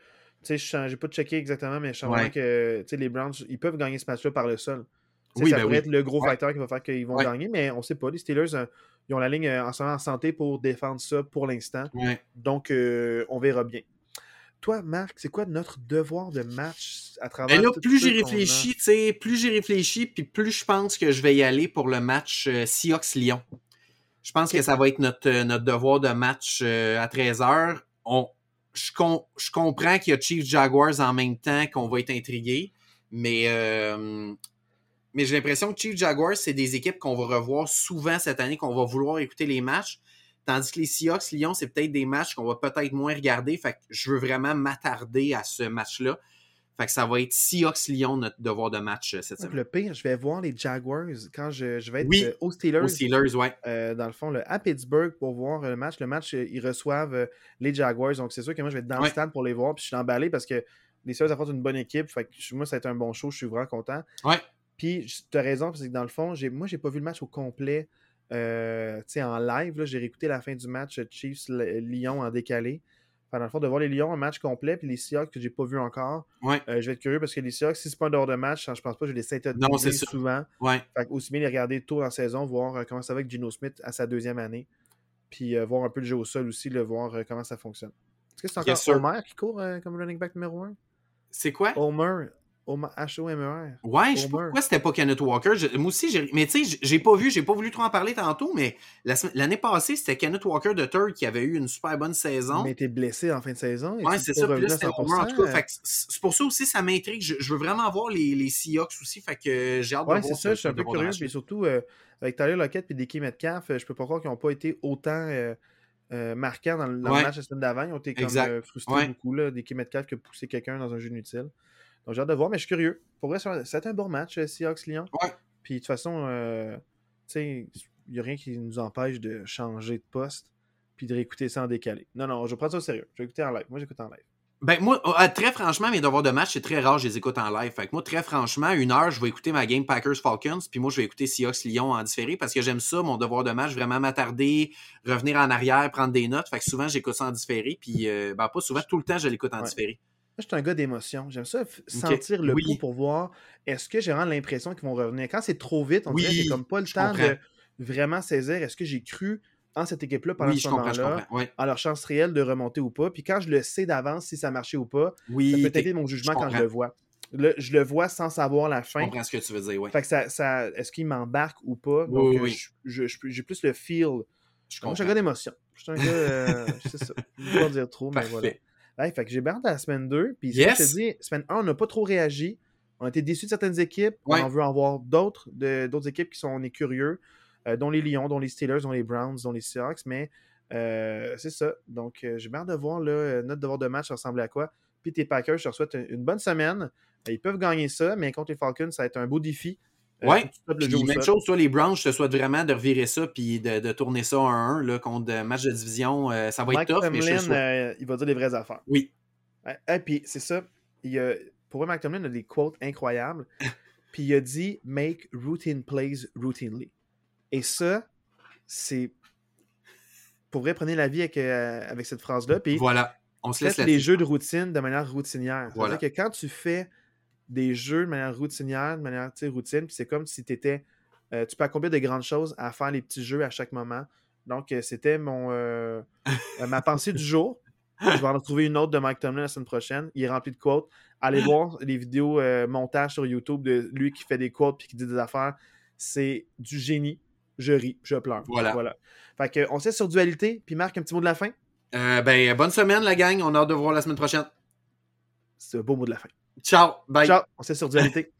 Tu sais, j'ai pas checké exactement, mais je sens Ouais. vraiment que les Browns, ils peuvent gagner ce match-là par le sol. T'sais, Oui, ça ben pourrait oui. être le gros Ouais. facteur qui va faire qu'ils vont Ouais. gagner, mais on sait pas. Les Steelers, euh, ils ont la ligne euh, en ce moment en santé pour défendre ça pour l'instant. Ouais. Donc, euh, on verra bien. Toi, Marc, c'est quoi notre devoir de match à travers Ben là, tout plus ça j'y qu'on a? réfléchis, tu sais, plus j'y réfléchis, puis plus je pense que je vais y aller pour le match euh, Seahawks-Lyon. Je pense Ok. que ça va être notre, euh, notre devoir de match euh, à treize heures. On, je, com- je comprends qu'il y a Chiefs-Jaguars en même temps, qu'on va être intrigué, mais, euh, mais j'ai l'impression que Chiefs-Jaguars, c'est des équipes qu'on va revoir souvent cette année, qu'on va vouloir écouter les matchs. Tandis que les Seahawks-Lyon, c'est peut-être des matchs qu'on va peut-être moins regarder. Fait que je veux vraiment m'attarder à ce match-là. Fait que ça va être Seahawks-Lyon, notre devoir de match euh, cette Donc, semaine. le pire, je vais voir les Jaguars quand je, je vais être Oui, euh, aux Steelers. Aux Steelers, ouais. Euh, dans le fond, là, à Pittsburgh pour voir le match. Le match, euh, ils reçoivent euh, les Jaguars. Donc, c'est sûr que moi, je vais être dans Ouais. le stade pour les voir. Puis, je suis emballé parce que les Steelers affrontent une bonne équipe. Fait que moi, ça a été un bon show. Je suis vraiment content. Ouais. Puis, tu as raison, parce que dans le fond, j'ai, moi, j'ai pas vu le match au complet euh, en live. Là, j'ai réécouté la fin du match Chiefs-Lyon en décalé. Enfin, dans le fond, de voir les Lions en match complet, puis les Seahawks que j'ai pas vu encore. Ouais. Euh, je vais être curieux parce que les Seahawks, si c'est pas un dehors de match, je pense pas que je vais les synthétiser Non, c'est ça. souvent. Ouais. Fait que aussi bien les regarder tôt dans la saison, voir euh, comment ça va avec Geno Smith à sa deuxième année. Puis euh, voir un peu le jeu au sol aussi, le voir euh, comment ça fonctionne. Est-ce que c'est encore Yes, Homer qui court euh, comme running back numéro un? C'est quoi? Homer. Homer H O M E R. Ouais, je sais pas pourquoi c'était pas Kenneth Walker. Je, moi aussi, j'ai, mais tu sais, j'ai pas vu, j'ai pas voulu trop en parler tantôt, mais la, l'année passée, c'était Kenneth Walker de Third qui avait eu une super bonne saison. Mais t'es blessé en fin de saison. Ouais, c'est ça. Puis là, c'était Homer. En tout cas, fait que c'est pour ça aussi, ça m'intrigue. Je, je veux vraiment voir les, les Seahawks aussi. Fait que j'ai hâte ouais, de voir. Ouais, c'est ça. Je suis un peu curieux. Puis surtout, euh, avec Tyler Lockett et D K Metcalf, je peux pas croire qu'ils n'ont pas été autant euh, euh, marquants dans, dans ouais. le match la semaine d'avant. Ils ont été comme euh, frustrés ouais. beaucoup. Là, D K Metcalf qui a poussé quelqu'un dans un jeu inutile. Donc j'ai hâte de voir, mais je suis curieux. Pour vrai, ça va être un bon match, Seahawks-Lyon. Ouais. Puis de toute façon, euh, tu sais, il n'y a rien qui nous empêche de changer de poste puis de réécouter ça en décalé. Non, non, je vais prendre ça au sérieux. Je vais écouter en live. Moi, j'écoute en live. Ben moi, très franchement, mes devoirs de match, c'est très rare, je les écoute en live. Fait que moi, très franchement, une heure, je vais écouter ma game Packers-Falcons, puis moi, je vais écouter Seahawks-Lyon en différé parce que j'aime ça, mon devoir de match, vraiment m'attarder, revenir en arrière, prendre des notes. Fait que souvent, j'écoute ça en différé, puis euh, ben pas souvent, tout le temps, je l'écoute en ouais. différé. Moi, je suis un gars d'émotion. J'aime ça, f- sentir okay. le oui. pouls pour voir est-ce que j'ai vraiment l'impression qu'ils vont revenir. Quand c'est trop vite, on oui, dirait que j'ai comme pas le temps comprends. de vraiment saisir est-ce que j'ai cru en cette équipe-là pendant oui, ce moment-là, ouais. en leur chance réelle de remonter ou pas. Puis quand je le sais d'avance si ça marchait ou pas, oui, ça peut aider mon jugement je quand comprends. je le vois. Le, je le vois sans savoir la fin. Je comprends ce que tu veux dire, oui. Fait que ça, ça, est-ce qu'il m'embarque ou pas? Donc, oui, euh, oui. Je, je, j'ai plus le feel. Je Moi, je suis un gars d'émotion. Je suis un gars... Euh, c'est ça. Je ne vais pas dire trop, mais voilà. Ouais, fait que j'ai bien hâte à la semaine deux. Puis, yes. je te dis, semaine un, on n'a pas trop réagi. On a été déçus de certaines équipes. Ouais. On en veut en voir d'autres, de, d'autres équipes qui sont on est curieux, euh, dont les Lions, dont les Steelers, dont les Browns, dont les Seahawks. Mais euh, c'est ça. Donc, euh, j'ai bien hâte de voir là, notre devoir de match ressemble à quoi. Puis, tes Packers, je te souhaite une bonne semaine. Ils peuvent gagner ça, mais contre les Falcons, ça va être un beau défi. Ouais, euh, puis même chose, toi, les Browns, je te souhaite vraiment de revirer ça puis de, de tourner ça un à un là, contre un match de division. Euh, ça va Mike être tough, Tomlin, mais je te souhaite. Euh, il va dire les vraies affaires. Oui. Et ouais, puis c'est ça. Il a, pour vrai, Mike Tomlin a des quotes incroyables. Puis il a dit « Make routine plays routinely ». Et ça, c'est... Pour vrai, prenez la vie avec, euh, avec cette phrase-là. Puis voilà, on se laisse faites les jeux de routine de manière routinière. Voilà. C'est-à-dire que quand tu fais des jeux de manière routinière, de manière routine, puis c'est comme si t'étais, euh, tu peux accomplir de grandes choses à faire les petits jeux à chaque moment. Donc, euh, c'était mon euh, ma pensée du jour. Je vais en trouver une autre de Mike Tomlin la semaine prochaine. Il est rempli de quotes. Allez voir les vidéos euh, montage sur YouTube de lui qui fait des quotes puis qui dit des affaires. C'est du génie. Je ris, je pleure. Voilà. voilà. Fait que, on sait sur Dualité. Puis Marc, un petit mot de la fin? Euh, ben, bonne semaine, la gang. On a hâte de voir la semaine prochaine. C'est un beau mot de la fin. Ciao. Bye. Ciao. On sait sur Dualité.